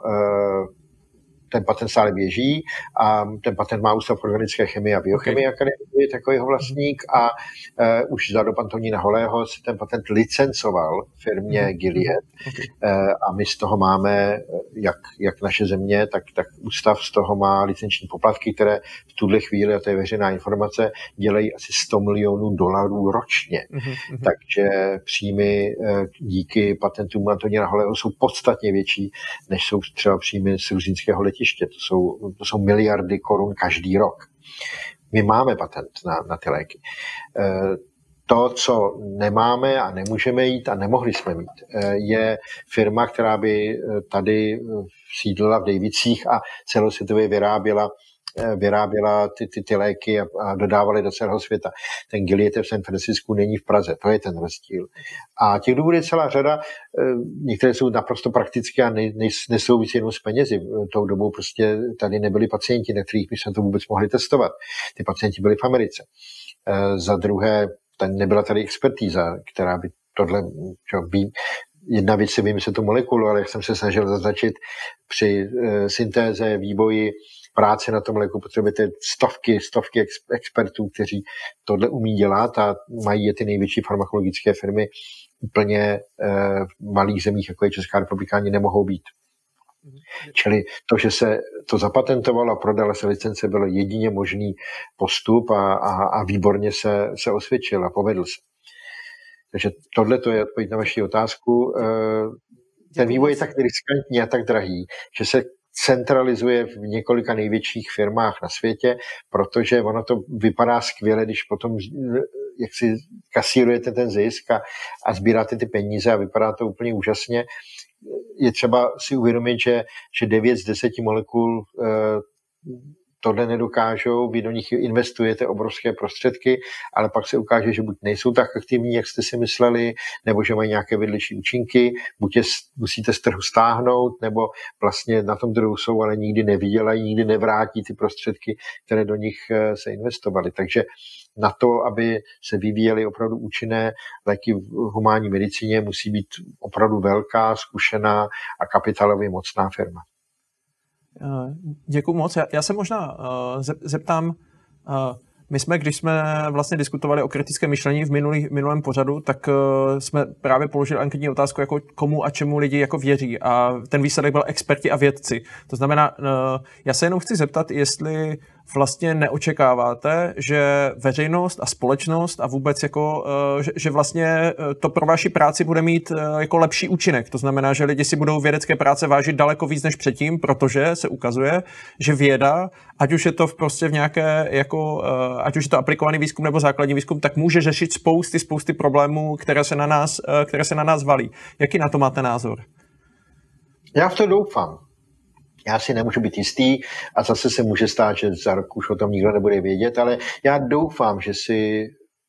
ten patent stále běží a ten patent má Ústav organické chemie a biochemie okay. Akademie, takový jeho vlastník a uh, už za dob Antonína Holého se ten patent licencoval firmě mm. Gilead okay. uh, a my z toho máme, jak, jak naše země, tak, tak ústav z toho má licenční poplatky, které v tuhle chvíli, a to je veřejná informace, dělají asi sto milionů dolarů ročně. Mm. Takže příjmy uh, díky patentům Antonína Holého jsou podstatně větší, než jsou třeba příjmy z Rusínského letiště. To jsou, to jsou miliardy korun každý rok. My máme patent na, na ty léky. To, co nemáme a nemůžeme jít a nemohli jsme mít, je firma, která by tady sídlila v Dejvicích a celosvětově vyráběla vyráběla ty, ty, ty léky a, a dodávaly do celého světa. Ten Gilead v San Francisku není v Praze, to je ten rozdíl. A těch důvodů je celá řada, některé jsou naprosto praktické a ne, ne, nesouvisí jenom s penězi. Tou dobou prostě tady nebyli pacienti, na kterých by se to vůbec mohli testovat. Ty pacienti byli v Americe. E, za druhé, tady nebyla tady expertíza, která by tohle, čo, by, jedna věc si vymyslet tu molekulu, ale jak jsem se snažil zaznačit při e, syntéze, vývoji, práce na tom léku potřebujete stovky, stovky ex, expertů, kteří tohle umí dělat a mají je ty největší farmakologické firmy úplně e, v malých zemích, jako je Česká republika, ani nemohou být. Čili to, že se to zapatentovalo a prodala se licence, bylo jedině možný postup a, a, a výborně se, se osvědčil a povedl se. Takže tohle to je odpověď na vaši otázku. Ten vývoj je tak riskantní a tak drahý, že se centralizuje v několika největších firmách na světě, protože ono to vypadá skvěle, když potom jak si kasírujete ten zisk a, a sbíráte ty peníze a vypadá to úplně úžasně. Je třeba si uvědomit, že, že devět z deseti molekul e, tohle nedokážou, vy do nich investujete obrovské prostředky, ale pak se ukáže, že buď nejsou tak aktivní, jak jste si mysleli, nebo že mají nějaké vedlejší účinky, buď je musíte z trhu stáhnout, nebo vlastně na tom trhu jsou, ale nikdy nevydělají, nikdy nevrátí ty prostředky, které do nich se investovaly. Takže na to, aby se vyvíjely opravdu účinné léky v humánní medicíně, musí být opravdu velká, zkušená a kapitálově mocná firma. Děkuju moc. Já, já se možná uh, zeptám, uh, my jsme, když jsme vlastně diskutovali o kritickém myšlení v minulý, minulém pořadu, tak uh, jsme právě položili anketní otázku, jako komu a čemu lidi jako věří, a ten výsledek byl experti a vědci. To znamená, uh, já se jenom chci zeptat, jestli vlastně neočekáváte, že veřejnost a společnost a vůbec jako, že, že vlastně to pro vaši práci bude mít jako lepší účinek. To znamená, že lidi si budou vědecké práce vážit daleko víc než předtím, protože se ukazuje, že věda, ať už je to v prostě v nějaké, jako, ať už je to aplikovaný výzkum nebo základní výzkum, tak může řešit spousty, spousty problémů, které se na nás, které se na nás valí. Jaký na to máte názor? Já v to doufám. Já si nemůžu být jistý a zase se může stát, že za rok už o tom nikdo nebude vědět, ale já doufám, že si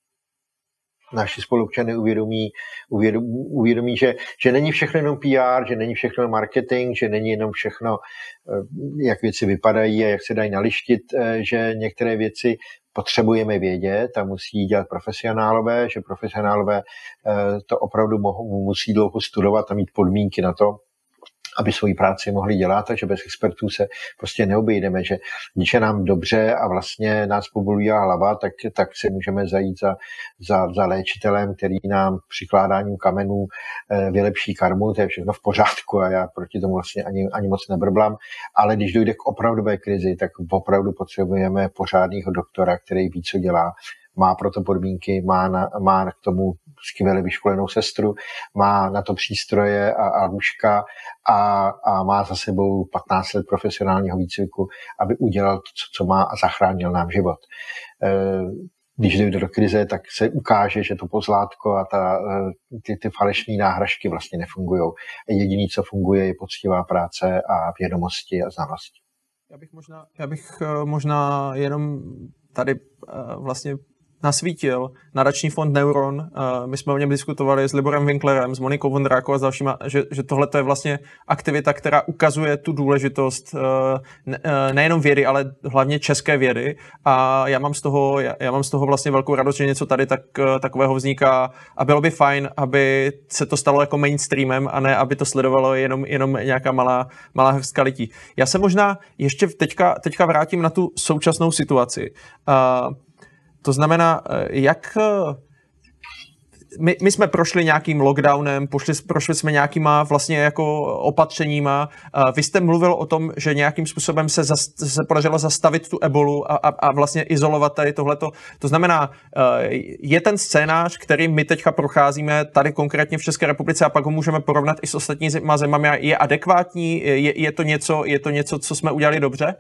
naši spoluobčané uvědomí, uvědomí, uvědomí že, že není všechno jenom P R, že není všechno marketing, že není jenom všechno, jak věci vypadají a jak se dají nalištit, že některé věci potřebujeme vědět a musí dělat profesionálové, že profesionálové to opravdu mohou, musí dlouho studovat a mít podmínky na to, aby svoji práci mohli dělat, takže bez expertů se prostě neobejdeme, že když je nám dobře a vlastně nás povoluje hlava, tak, tak se můžeme zajít za, za, za léčitelem, který nám přikládáním kamenů e, vylepší karmu, to je všechno v pořádku a já proti tomu vlastně ani, ani moc nebrblám, ale když dojde k opravdové krizi, tak opravdu potřebujeme pořádného doktora, který ví, co dělá, má proto podmínky, má, na, má k tomu skvěle vyškolenou sestru, má na to přístroje a, a lůžka a, a má za sebou patnáct let profesionálního výcviku, aby udělal to, co má a zachránil nám život. Když dojde do krize, tak se ukáže, že to pozlátko a ta, ty, ty falešné náhražky vlastně nefungují. Jediné, co funguje, je poctivá práce a vědomosti a znalosti. Já bych možná, já bych možná jenom tady vlastně nasvítil nadační fond Neuron. My jsme o něm diskutovali s Liborem Winklerem, s Monikou Vondrákovou a s dalšíma, že, že tohle je vlastně aktivita, která ukazuje tu důležitost nejenom vědy, ale hlavně české vědy. A já mám z toho, já, já mám z toho vlastně velkou radost, že něco tady tak, takového vzniká a bylo by fajn, aby se to stalo jako mainstreamem a ne, aby to sledovalo jenom, jenom nějaká malá, malá hrstka lidí. Já se možná ještě teďka, teďka vrátím na tu současnou situaci. Uh, To znamená, jak my, my jsme prošli nějakým lockdownem, pošli, prošli jsme nějakýma vlastně jako opatřeníma. Vy jste mluvil o tom, že nějakým způsobem se, zas, se podařilo zastavit tu ebolu a, a, a vlastně izolovat tady tohleto. To znamená, je ten scénář, který my teďka procházíme tady konkrétně v České republice a pak ho můžeme porovnat i s ostatníma zemami, je adekvátní? Je, je, to něco, je to něco, co jsme udělali dobře?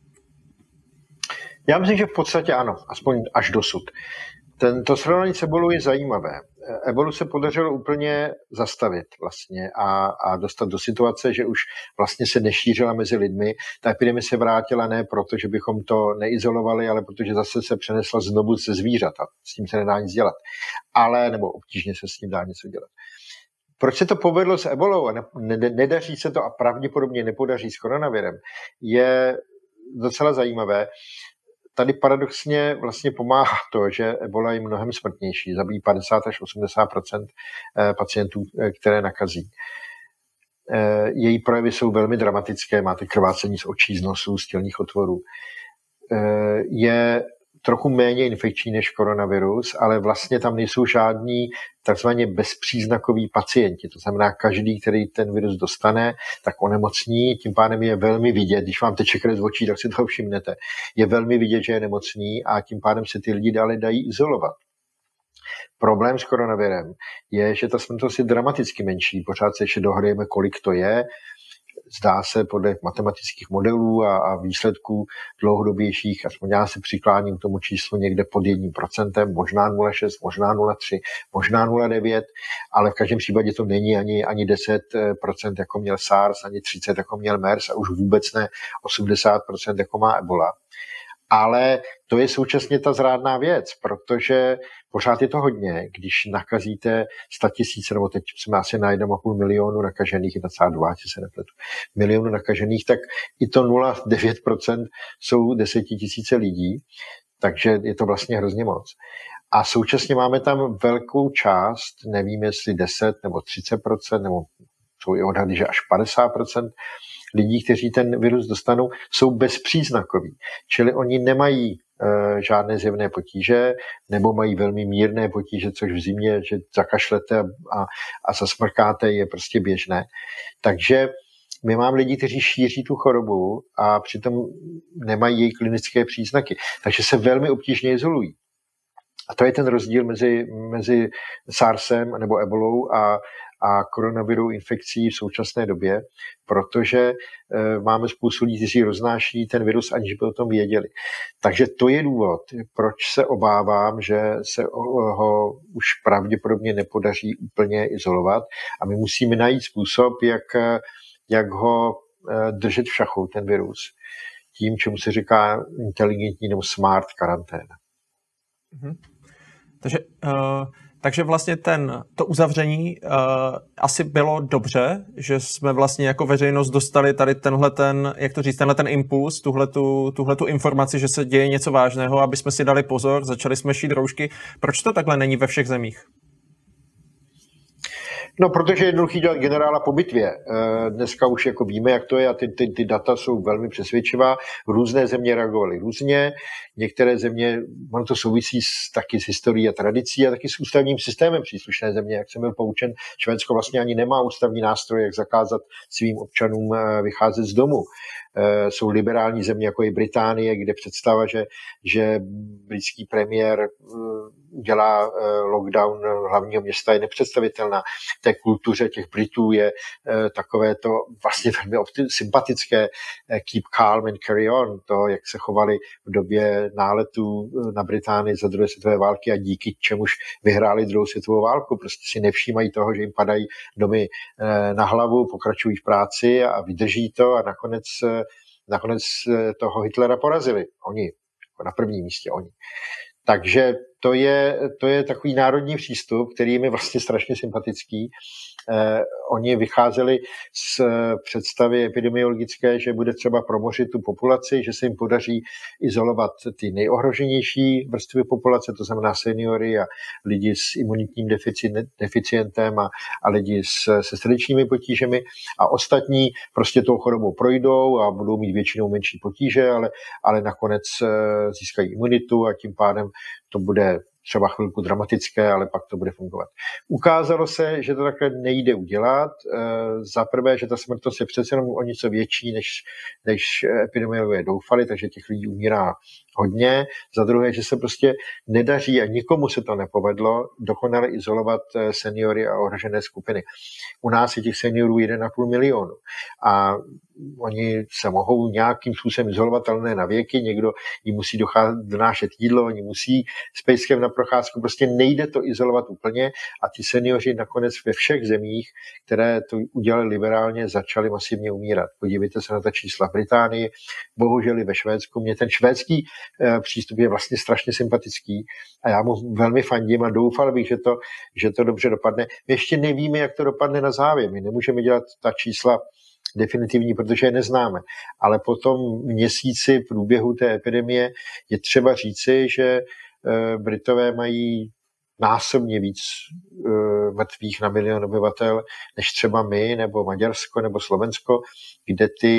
Já myslím, že v podstatě ano, aspoň až dosud. Tento srovnání s ebolou je zajímavé. Ebolu se podařilo úplně zastavit vlastně a, a dostat do situace, že už vlastně se nešířila mezi lidmi. Ta epidemie se vrátila ne proto, že bychom to neizolovali, ale protože zase se přenesla znovu ze zvířat a s tím se nedá nic dělat. Ale, nebo obtížně se s tím dá něco dělat. Proč se to povedlo s ebolou a ne, ne, nedaří se to a pravděpodobně nepodaří s koronavirem, je docela zajímavé. Tady paradoxně vlastně pomáhá to, že ebola je mnohem smrtnější, zabíjí padesát až osmdesát procent pacientů, které nakazí. Její projevy jsou velmi dramatické, máte krvácení z očí, z nosů, z tělních otvorů. Je trochu méně infekční než koronavirus, ale vlastně tam nejsou žádní takzvaně bezpříznakoví pacienti. To znamená, každý, který ten virus dostane, tak onemocní, tím pádem je velmi vidět, když vám teče krev z očí, tak si toho všimnete. Je velmi vidět, že je nemocný a tím pádem se ty lidi dále dají izolovat. Problém s koronavirem je, že ta smrtnost je dramaticky menší. Pořád se ještě dohadujeme, kolik to je. zdá se podle matematických modelů a, a výsledků dlouhodobějších, aspoň já se přikláním k tomu číslu někde pod jedním procentem, možná nula celá šest, možná nula celá tři, možná nula celá devět, ale v každém případě to není ani, ani deset procent jako měl SARS, ani třicet procent jako měl MERS a už vůbec ne osmdesát procent jako má Ebola. Ale to je současně ta zrádná věc, protože pořád je to hodně, když nakazíte sto tisíc, nebo teď jsme asi na jedna celá pět milionu nakažených, jedna celá dva, či se nepletu, milionu nakažených, tak i to nula celá devět procent jsou desetitisíce lidí, takže je to vlastně hrozně moc. A současně máme tam velkou část, nevím jestli deset nebo třicet procent, nebo jsou i odhady, že až padesát procent lidí, kteří ten virus dostanou, jsou bezpříznakoví. Čili oni nemají e, žádné zjevné potíže, nebo mají velmi mírné potíže, což v zimě, že zakašlete a, a, a zasmrkáte, je prostě běžné. Takže my máme lidi, kteří šíří tu chorobu a přitom nemají její klinické příznaky. Takže se velmi obtížně izolují. A to je ten rozdíl mezi, mezi SARSem nebo ebolou a a koronavirovou infekcí v současné době, protože e, máme spoustu lidí, kteří roznáší ten virus, aniž by o tom věděli. Takže to je důvod, proč se obávám, že se ho už pravděpodobně nepodaří úplně izolovat a my musíme najít způsob, jak, jak ho e, držet v šachu, ten virus, tím, čemu se říká inteligentní nebo smart karanténa. Mhm. Takže uh... Takže vlastně ten, to uzavření uh, asi bylo dobře, že jsme vlastně jako veřejnost dostali tady tenhle ten, jak to říct, tenhle ten impuls, tuhletu, tuhletu informaci, že se děje něco vážného, aby jsme si dali pozor, začali jsme šít roušky. Proč to takhle není ve všech zemích? No, protože je jednoduchý dělat generála po bitvě. Dneska už jako víme, jak to je a ty, ty, ty data jsou velmi přesvědčivá. Různé země reagovaly různě. Některé země, ono to souvisí s, taky s historií a tradicí a taky s ústavním systémem příslušné země. Jak jsem byl poučen, Švédsko vlastně ani nemá ústavní nástroj, jak zakázat svým občanům vycházet z domu. Jsou liberální země, jako je Británie, kde představa, že, že britský premiér udělá lockdown hlavního města, je nepředstavitelná. V té kultuře těch Britů je takové to vlastně velmi sympatické keep calm and carry on, to, jak se chovali v době náletu na Británii za druhé světové války a díky čemuž vyhráli druhou světovou válku. Prostě si nevšímají toho, že jim padají domy na hlavu, pokračují v práci a vydrží to a nakonec Nakonec toho Hitlera porazili. Oni, na prvním místě oni. Takže to je, to je takový národní přístup, který je mi vlastně strašně sympatický. Eh, oni vycházeli z představy epidemiologické, že bude třeba promořit tu populaci, že se jim podaří izolovat ty nejohroženější vrstvy populace, to znamená seniory a lidi s imunitním deficientem a, a lidi s, se srdečními potížemi a ostatní prostě tou chorobou projdou a budou mít většinou menší potíže, ale, ale nakonec získají imunitu a tím pádem to bude třeba chvilku dramatické, ale pak to bude fungovat. Ukázalo se, že to takhle nejde udělat. Za prvé, že ta smrtnost je přece jenom o něco větší, než, než epidemiologové doufali, takže těch lidí umírá hodně. Za druhé, že se prostě nedaří a nikomu se to nepovedlo dokonale izolovat seniory a ohrožené skupiny. U nás je těch seniorů jeden a půl milionu a oni se mohou nějakým způsobem izolovat, ale ne na věky, někdo jim musí docházet, donášet jídlo, oni musí s pejskem na procházku, prostě nejde to izolovat úplně a ti seniori nakonec ve všech zemích, které to udělali liberálně, začali masivně umírat. Podívejte se na ta čísla v Británii, bohužel i ve Švédsku. Mně ten švédský eh, přístup je vlastně strašně sympatický a já mu velmi fandím a doufal bych, že to, že to dobře dopadne. My ještě nevíme, jak to dopadne na závěr. My nemůžeme dělat ta čísla definitivní, protože je neznáme. Ale po tom měsíci v průběhu té epidemie je třeba říci, že Britové mají násobně víc mrtvých na milion obyvatel, než třeba my, nebo Maďarsko, nebo Slovensko, kde ty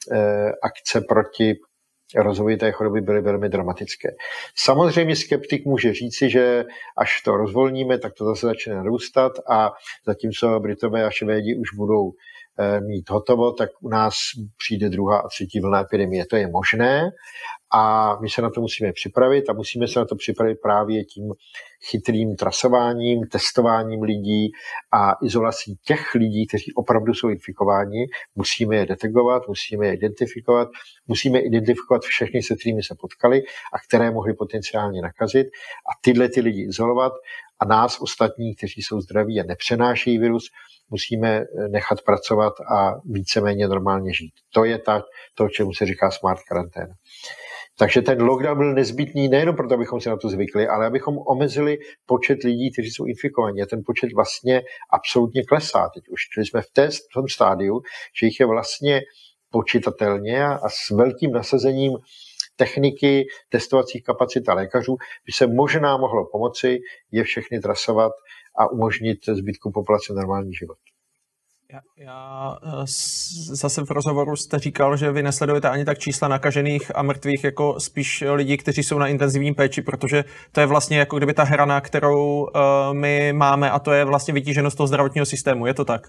akce proti rozvoji té choroby byly velmi dramatické. Samozřejmě skeptik může říci, že až to rozvolníme, tak to zase začne narůstat a zatímco Britové a Švédi už budou mít hotovo, tak u nás přijde druhá a třetí vlna epidemie. To je možné, A my se na to musíme připravit a musíme se na to připravit právě tím chytrým trasováním, testováním lidí a izolací těch lidí, kteří opravdu jsou infikováni. Musíme je detekovat, musíme je identifikovat, musíme identifikovat všechny, se kterými se potkali a které mohli potenciálně nakazit a tyhle ty lidi izolovat a nás ostatní, kteří jsou zdraví a nepřenášejí virus, musíme nechat pracovat a víceméně normálně žít. To je ta, to, čemu se říká smart karanténa. Takže ten lockdown byl nezbytný nejen proto, abychom si na to zvykli, ale abychom omezili počet lidí, kteří jsou infikovaní. A ten počet vlastně absolutně klesá. Teď už jsme v, té, v tom stádiu, že jich je vlastně počitatelně a, a s velkým nasazením techniky, testovacích kapacit a lékařů by se možná mohlo pomoci je všechny trasovat a umožnit zbytku populace normální život. Já, já zase v rozhovoru jste říkal, že vy nesledujete ani tak čísla nakažených a mrtvých, jako spíš lidi, kteří jsou na intenzivní péči, protože to je vlastně jako kdyby ta hrana, kterou uh, my máme, a to je vlastně vytíženost toho zdravotního systému. Je to tak?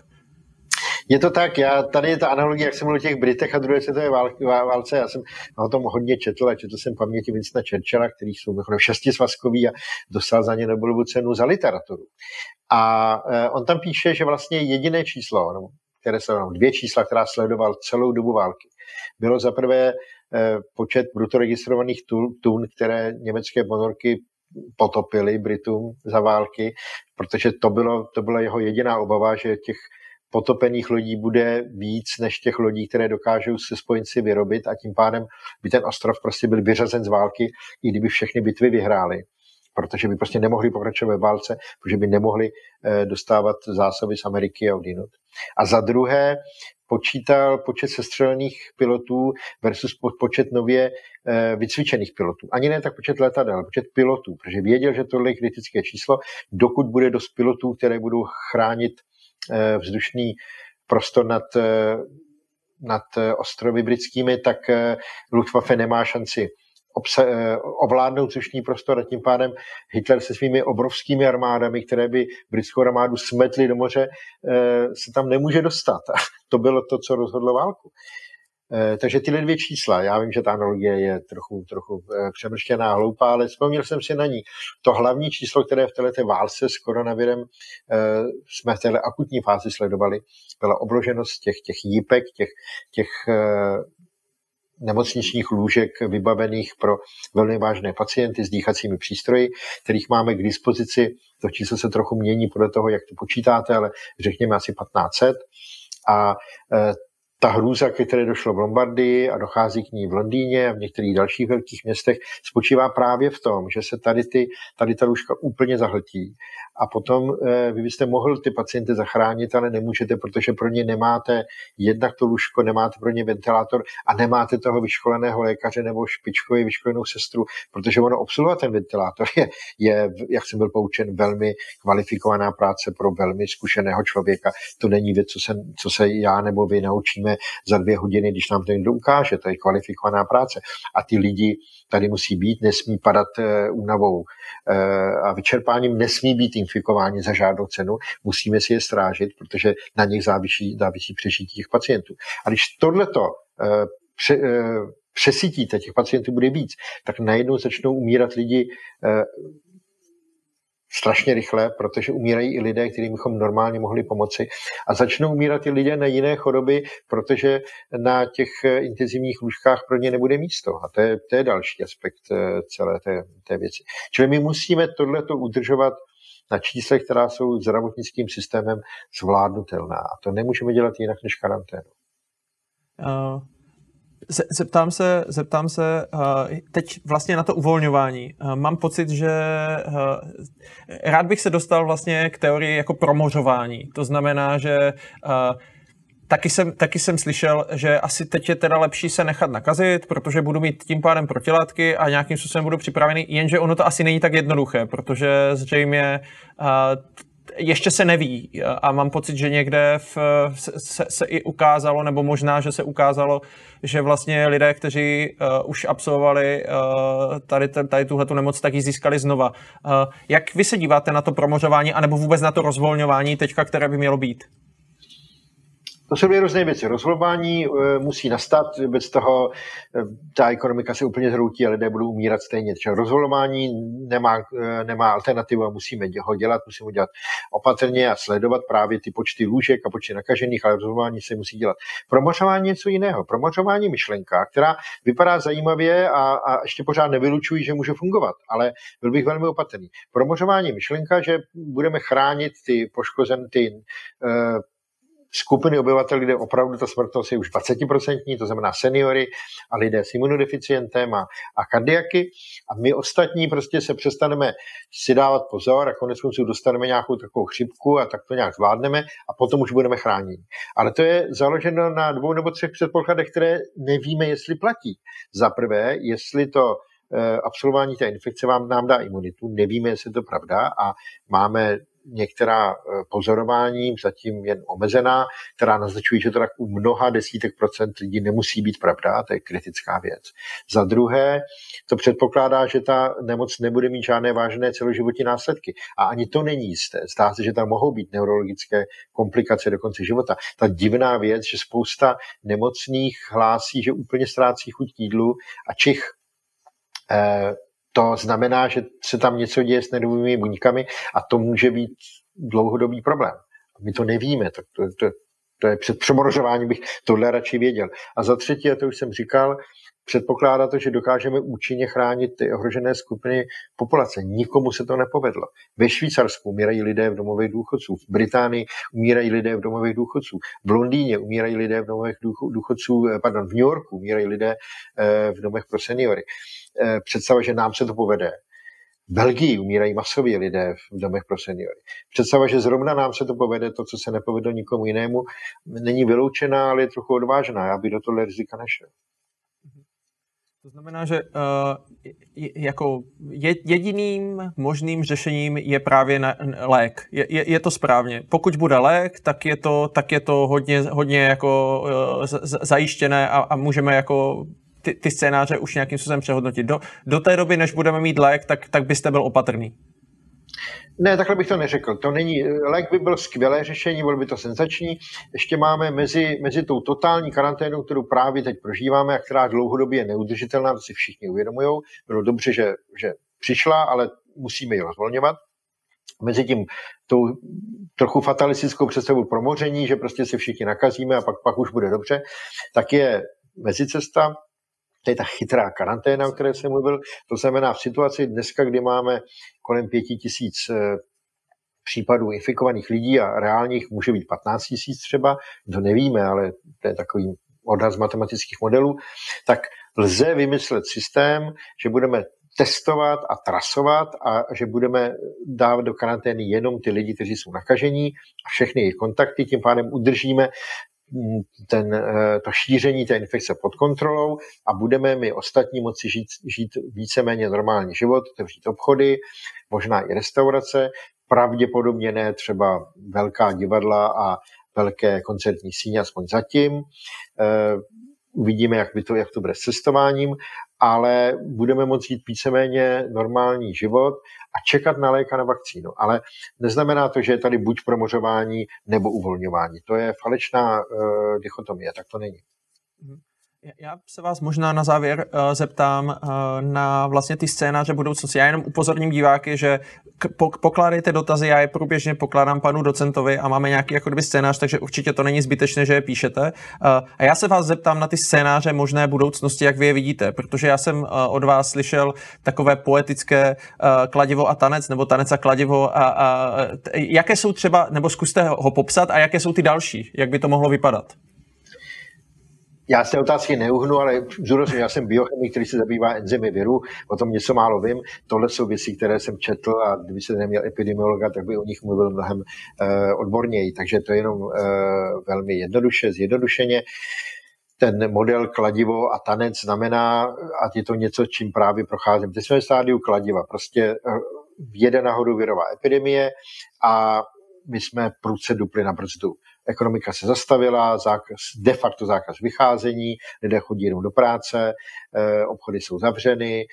Je to tak, já, tady je ta analogie, jak jsem mluvil o těch Britech a druhé světové válce, já jsem o tom hodně četl a četl jsem paměti Winstona Churchilla, který jsou šestisvazkový a dostal za ně Nobelovu cenu za literaturu. A on tam píše, že vlastně jediné číslo, které sledoval, dvě čísla, která sledoval celou dobu války, bylo za prvé počet bruto registrovaných tun, které německé ponorky potopily Britům za války, protože to, bylo, to byla jeho jediná obava, že těch potopených lodí bude víc než těch lodí, které dokážou se spojenci vyrobit a tím pádem by ten ostrov prostě byl vyřazen z války, i kdyby všechny bitvy vyhráli. Protože by prostě nemohli pokračovat ve válce, protože by nemohli eh, dostávat zásoby z Ameriky a odinut. A za druhé počítal počet sestřelených pilotů versus počet nově eh, vycvičených pilotů. Ani ne tak počet letadel, ale počet pilotů, protože věděl, že tohle je kritické číslo, dokud bude dost pilotů, které budou chránit eh, vzdušný prostor nad, eh, nad eh, ostrovy britskými, tak eh, Luftwaffe nemá šanci obsa- ovládnout vzdušný prostor a tím pádem Hitler se svými obrovskými armádami, které by britskou armádu smetly do moře, se tam nemůže dostat. A to bylo to, co rozhodlo válku. Takže tyhle dvě čísla, já vím, že ta analogie je trochu, trochu přemrštěná, hloupá, ale vzpomněl jsem si na ní. To hlavní číslo, které v této válce s koronavirem jsme v této akutní fázi sledovali, byla obloženost těch, těch jípek, těch, těch nemocničních lůžek vybavených pro velmi vážné pacienty s dýchacími přístroji, kterých máme k dispozici. To číslo se trochu mění podle toho, jak to počítáte, ale řekněme asi patnáct set. A e, ta hrůza, ke které došlo v Lombardii a dochází k ní v Londýně a v některých dalších velkých městech, spočívá právě v tom, že se tady, ty, tady ta lůžka úplně zahltí. A potom eh, vy byste mohl ty pacienty zachránit, ale nemůžete, protože pro ně nemáte jednak to lůžko, nemáte pro ně ventilátor a nemáte toho vyškoleného lékaře nebo špičkově vyškolenou sestru, protože ono obsluhovat ten ventilátor je, je, jak jsem byl poučen, velmi kvalifikovaná práce pro velmi zkušeného člověka. To není věc, co se, co se já nebo vy naučíme za dvě hodiny, když nám to někdo ukáže. To je kvalifikovaná práce. A ty lidi tady musí být, nesmí padat e, únavou e, a vyčerpáním, nesmí být infikováni za žádnou cenu. Musíme si je strážit, protože na nich závisí, závisí přežití těch pacientů. A když tohleto e, pře, e, přesytíte, těch pacientů bude víc, tak najednou začnou umírat lidi e, strašně rychle, protože umírají i lidé, kterým bychom normálně mohli pomoci. A začnou umírat i lidé na jiné choroby, protože na těch intenzivních lůžkách pro ně nebude místo. A to je, to je další aspekt celé té, té věci. Čili my musíme tohleto udržovat na číslech, která jsou zdravotnickým systémem zvládnutelná. A to nemůžeme dělat jinak než karanténu. Uh... Zeptám se, zeptám se teď vlastně na to uvolňování. Mám pocit, že rád bych se dostal vlastně k teorii jako promořování. To znamená, že taky jsem, taky jsem slyšel, že asi teď je teda lepší se nechat nakazit, protože budu mít tím pádem protilátky a nějakým způsobem budu připravený, jenže ono to asi není tak jednoduché, protože zřejmě ještě se neví a mám pocit, že někde v, se, se i ukázalo, nebo možná, že se ukázalo, že vlastně lidé, kteří uh, už absolvovali uh, tady, tady tuhletu nemoc, tak ji získali znova. Uh, jak vy se díváte na to promořování, anebo vůbec na to rozvolňování teďka, které by mělo být? To jsou dvě různé věci. Rozvolňování e, musí nastat, bez toho e, ta ekonomika se úplně zhroutí a lidé budou umírat stejně. Takže rozvolňování nemá, e, nemá alternativu a musíme ho dělat, musíme ho dělat opatrně a sledovat právě ty počty lůžek a počty nakažených, ale rozvolňování se musí dělat. Promořování je něco jiného. Promořování myšlenka, která vypadá zajímavě a, a ještě pořád nevylučují, že může fungovat, ale byl bych velmi opatrný. Promořování myšlenka, že budeme chránit ty poškozené, ty e, skupiny obyvatel, kde opravdu ta smrtnost je už dvacet procent, to znamená seniory a lidé s imunodeficientem a, a kardiaky. A my ostatní prostě se přestaneme si dávat pozor a konec konců dostaneme nějakou takovou chřipku a tak to nějak zvládneme a potom už budeme chráněni. Ale to je založeno na dvou nebo třech předpokladech, které nevíme, jestli platí. Za prvé, jestli to absolvování té infekce vám nám dá imunitu, nevíme, jestli je to pravda a máme některá pozorování, zatím jen omezená, která naznačují, že to tak u mnoha desítek procent lidí nemusí být pravda, to je kritická věc. Za druhé, to předpokládá, že ta nemoc nebude mít žádné vážné celoživotní následky. A ani to není jisté. Zdá se, že tam mohou být neurologické komplikace do konce života. Ta divná věc, že spousta nemocných hlásí, že úplně ztrácí chuť k jídlu a čich. Eh, To znamená, že se tam něco děje s nedovými buňkami a to může být dlouhodobý problém. My to nevíme, tak to, to, to je před přemorožováním bych tohle radši věděl. A za třetí, a to už jsem říkal, předpokládá to, že dokážeme účinně chránit ty ohrožené skupiny populace. Nikomu se to nepovedlo. Ve Švýcarsku umírají lidé v domovech důchodců, v Británii umírají lidé v domovech důchodců, v Londýně umírají lidé v domovech důchodců, pardon, v New Yorku umírají lidé v domech pro seniory. Představa, že nám se to povede. V Belgii umírají masově lidé v domech pro seniory. Představa, že zrovna nám se to povede, to, co se nepovedlo nikomu jinému, není vyloučená, ale je trochu odvážná. Já bych do tohle rizika nešel. To znamená, že uh, jako jediným možným řešením je právě na, lék. Je, je, je to správně. Pokud bude lék, tak je to, tak je to hodně, hodně jako uh, z, zajištěné a, a můžeme jako ty, ty scénáře už nějakým způsobem přehodnotit. Do, do té doby, než budeme mít lék, tak, tak byste byl opatrný. Ne, takhle bych to neřekl. To není, lék by byl skvělé řešení, byl by to senzační. Ještě máme mezi, mezi tou totální karanténou, kterou právě teď prožíváme a která dlouhodobě je neudržitelná, to si všichni uvědomují. Bylo dobře, že, že přišla, ale musíme ji rozvolňovat. Mezi tím tou trochu fatalistickou představou promoření, že prostě se všichni nakazíme a pak, pak už bude dobře, tak je mezicesta. To je ta chytrá karanténa, o které jsem mluvil. To znamená v situaci dneska, kdy máme kolem pěti tisíc případů infikovaných lidí a reálních může být patnáct tisíc třeba, to nevíme, ale to je takový odhad z matematických modelů, tak lze vymyslet systém, že budeme testovat a trasovat a že budeme dávat do karantény jenom ty lidi, kteří jsou nakažení a všechny jejich kontakty, tím pádem udržíme ten, to šíření té infekce pod kontrolou a budeme my ostatní moci žít, žít víceméně normální život, otevřít obchody, možná i restaurace, pravděpodobně ne třeba velká divadla a velké koncertní síně, aspoň zatím. Uvidíme, jak, by to, jak to bude s cestováním, ale budeme moct žít víceméně normální život a čekat na lék a na vakcínu. Ale neznamená to, že je tady buď promořování nebo uvolňování. To je falešná uh, dichotomie, tak to není. Já se vás možná na závěr uh, zeptám uh, na vlastně ty scénáře budoucnosti. Já jenom upozorním diváky, že k- pokládejte dotazy, já je průběžně pokládám panu docentovi a máme nějaký jako kdyby scénář, takže určitě to není zbytečné, že je píšete. Uh, a já se vás zeptám na ty scénáře možné budoucnosti, jak vy je vidíte, protože já jsem uh, od vás slyšel takové poetické uh, kladivo a tanec, nebo tanec a kladivo. A, a, t- jaké jsou třeba, nebo zkuste ho popsat a jaké jsou ty další, jak by to mohlo vypadat? Já z té otázky neuhnu, ale zúrazně, já jsem biochemik, který se zabývá enzymy viru, o tom něco málo vím. Tohle jsou věci, které jsem četl a kdyby se neměl epidemiologa, tak by o nich mluvil mnohem uh, odborněji. Takže to je jenom uh, velmi jednoduše, zjednodušeně. Ten model kladivo a tanec znamená, a je to něco, čím právě procházím. Teď jsme v stádiu kladiva. Prostě jede nahoru virová epidemie a my jsme prudce dupli na brzdu. Ekonomika se zastavila, zákaz, de facto zákaz vycházení, lidé chodí jenom do práce, obchody jsou zavřeny,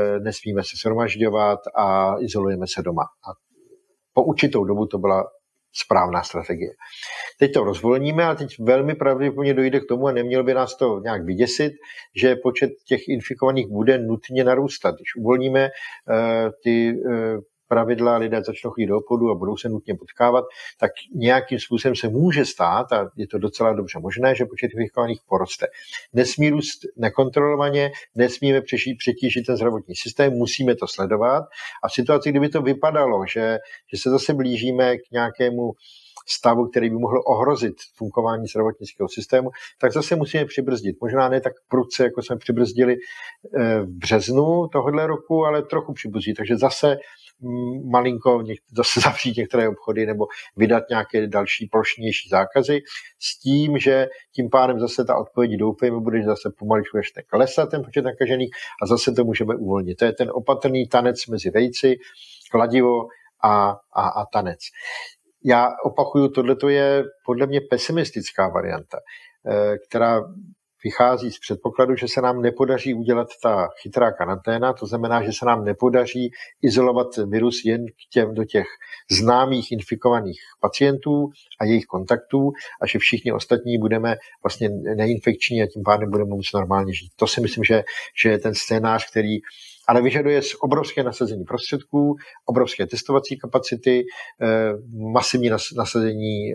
nesmíme se shromažďovat a izolujeme se doma. A po určitou dobu to byla správná strategie. Teď to rozvolníme a teď velmi pravděpodobně dojde k tomu, a nemělo by nás to nějak vyděsit, že počet těch infikovaných bude nutně narůstat. Když uvolníme uh, ty uh, pravidla, lidé začnou chodit do obchodu a budou se nutně potkávat, tak nějakým způsobem se může stát, a je to docela dobře možné, že počet infikovaných poroste. Nesmí růst nekontrolovaně, nesmíme přetížit ten zdravotní systém, musíme to sledovat. A v situaci, kdyby to vypadalo, že, že se zase blížíme k nějakému stavu, který by mohl ohrozit fungování zdravotnického systému, tak zase musíme přibrzdit. Možná ne tak prudce, jako jsme přibrzdili v březnu tohohle roku, ale trochu přibrzdit. Takže zase malinko zase zavřít některé obchody nebo vydat nějaké další plošnější zákazy s tím, že tím pádem zase ta odpověď, doufejme, bude, že zase pomaličku ještě klesat ten počet nakažených a zase to můžeme uvolnit. To je ten opatrný tanec mezi vejci, kladivo a, a, a tanec. Já opakuju, tohleto je podle mě pesimistická varianta, která vychází z předpokladu, že se nám nepodaří udělat ta chytrá karanténa, to znamená, že se nám nepodaří izolovat virus jen k těm, do těch známých infikovaných pacientů a jejich kontaktů a že všichni ostatní budeme vlastně neinfekční a tím pádem budeme moct normálně žít. To si myslím, že, že je ten scénář, který ale vyžaduje obrovské nasazení prostředků, obrovské testovací kapacity, masivní nasazení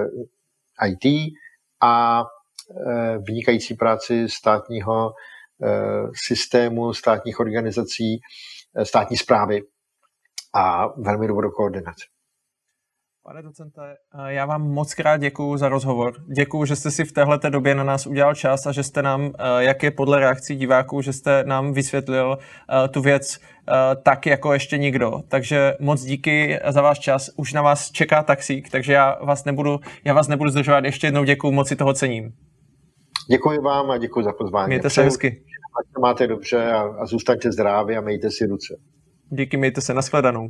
í té a vynikající práci státního systému, státních organizací, státní správy a velmi dobrou koordinaci. Pane docente, já vám moc krát děkuju za rozhovor. Děkuju, že jste si v téhleté době na nás udělal čas a že jste nám, jak je podle reakcí diváků, že jste nám vysvětlil tu věc tak jako ještě nikdo. Takže moc díky za váš čas. Už na vás čeká taxík, takže já vás nebudu, já vás nebudu zdržovat. Ještě jednou děkuju, moc si toho cením. Děkuji vám a děkuji za pozvání. Mějte se hezky. Ať se máte dobře a, a zůstaňte zdraví a mějte si ruce. Díky, mějte se, nashledanou.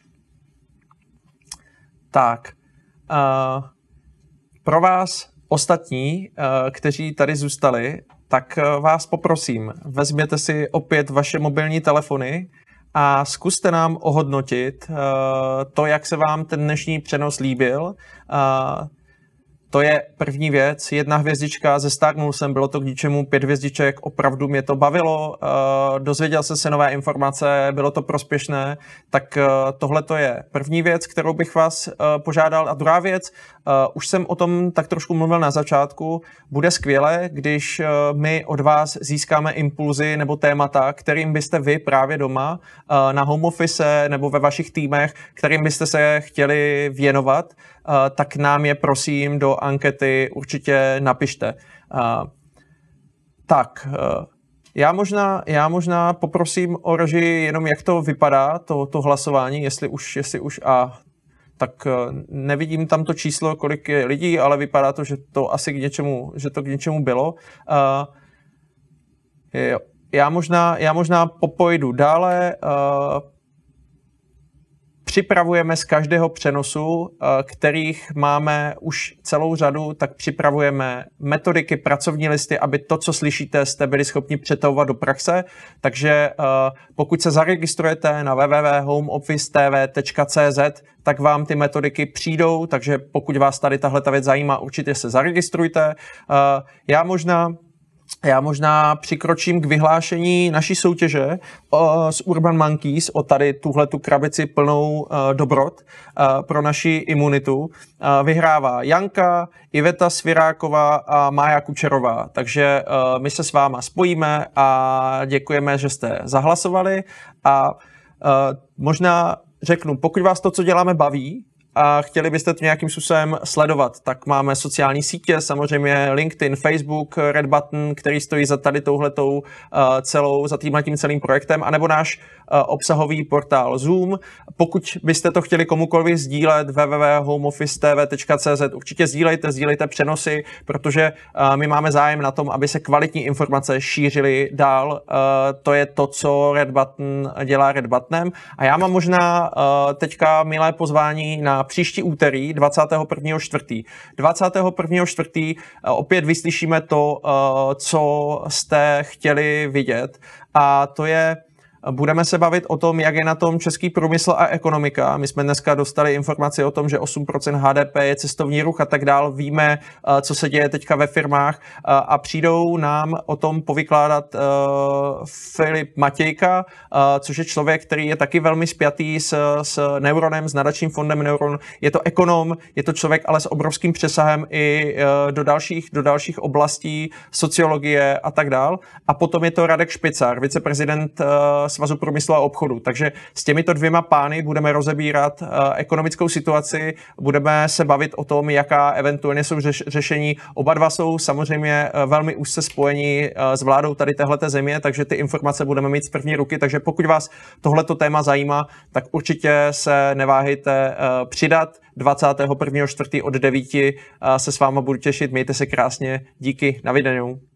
Tak, uh, pro vás ostatní, uh, kteří tady zůstali, tak uh, vás poprosím, vezměte si opět vaše mobilní telefony a zkuste nám ohodnotit uh, to, jak se vám ten dnešní přenos líbil. Uh, To je první věc, jedna hvězdička, zestárnul jsem, bylo to k ničemu, pět hvězdiček, opravdu mě to bavilo, uh, dozvěděl jsem se nové informace, bylo to prospěšné, tak uh, tohle to je první věc, kterou bych vás uh, požádal. A druhá věc, uh, už jsem o tom tak trošku mluvil na začátku, bude skvělé, když uh, my od vás získáme impulzy nebo témata, kterým byste vy právě doma uh, na home office nebo ve vašich týmech, kterým byste se chtěli věnovat, uh, tak nám je prosím do ankety určitě napište. Uh, tak, uh, já možná, já možná poprosím o režii jenom, jak to vypadá, to, to hlasování, jestli už, jestli už a tak uh, nevidím tam to číslo, kolik je lidí, ale vypadá to, že to asi k něčemu, že to k něčemu bylo. Uh, jo, já možná, já možná popojdu dále. Uh, Připravujeme z každého přenosu, kterých máme už celou řadu, tak připravujeme metodiky, pracovní listy, aby to, co slyšíte, jste byli schopni přetavovat do praxe. Takže pokud se zaregistrujete na w w w tečka homeoffice t v tečka c z, tak vám ty metodiky přijdou, takže pokud vás tady tahle ta věc zajímá, určitě se zaregistrujte. Já možná Já možná přikročím k vyhlášení naší soutěže o, z Urban Monkeys o tady tuhletu krabici plnou uh, dobrot uh, pro naši imunitu. Uh, vyhrává Janka, Iveta Sviráková a Mája Kučerová. Takže uh, my se s váma spojíme a děkujeme, že jste zahlasovali. A uh, možná řeknu, pokud vás to, co děláme, baví, a chtěli byste to nějakým způsobem sledovat, tak máme sociální sítě, samozřejmě LinkedIn, Facebook, Red Button, který stojí za tady touhletou uh, celou, za tímhletím celým projektem, anebo náš uh, obsahový portál Zoom. Pokud byste to chtěli komukoliv sdílet, w w w tečka homeoffice t v tečka c z, určitě sdílejte, sdílejte přenosy, protože uh, my máme zájem na tom, aby se kvalitní informace šířily dál. Uh, to je to, co Red Button dělá Red Buttonem. A já mám možná uh, teďka milé pozvání na příští úterý, dvacátého prvního čtvrtého dvacátého prvního čtvrtého opět vyslyšíme to, co jste chtěli vidět, a to je Budeme se bavit o tom, jak je na tom český průmysl a ekonomika. My jsme dneska dostali informaci o tom, že osm procent H D P je cestovní ruch a tak dál. Víme, co se děje teďka ve firmách a přijdou nám o tom povykládat uh, Filip Matějka, uh, což je člověk, který je taky velmi spjatý s, s Neuronem, s nadačním fondem Neuron. Je to ekonom, je to člověk ale s obrovským přesahem i uh, do dalších, do dalších oblastí sociologie a tak dál. A potom je to Radek Špicar, viceprezident uh, Svazu průmyslu a obchodu. Takže s těmito dvěma pány budeme rozebírat uh, ekonomickou situaci, budeme se bavit o tom, jaká eventuálně jsou řeš- řešení. Oba dva jsou samozřejmě uh, velmi úzce spojení uh, s vládou tady téhleté země, takže ty informace budeme mít z první ruky. Takže pokud vás tohleto téma zajímá, tak určitě se neváhejte uh, přidat. dvacátého prvního čtvrtého od devíti uh, se s váma budu těšit. Mějte se krásně. Díky. Na viděnou.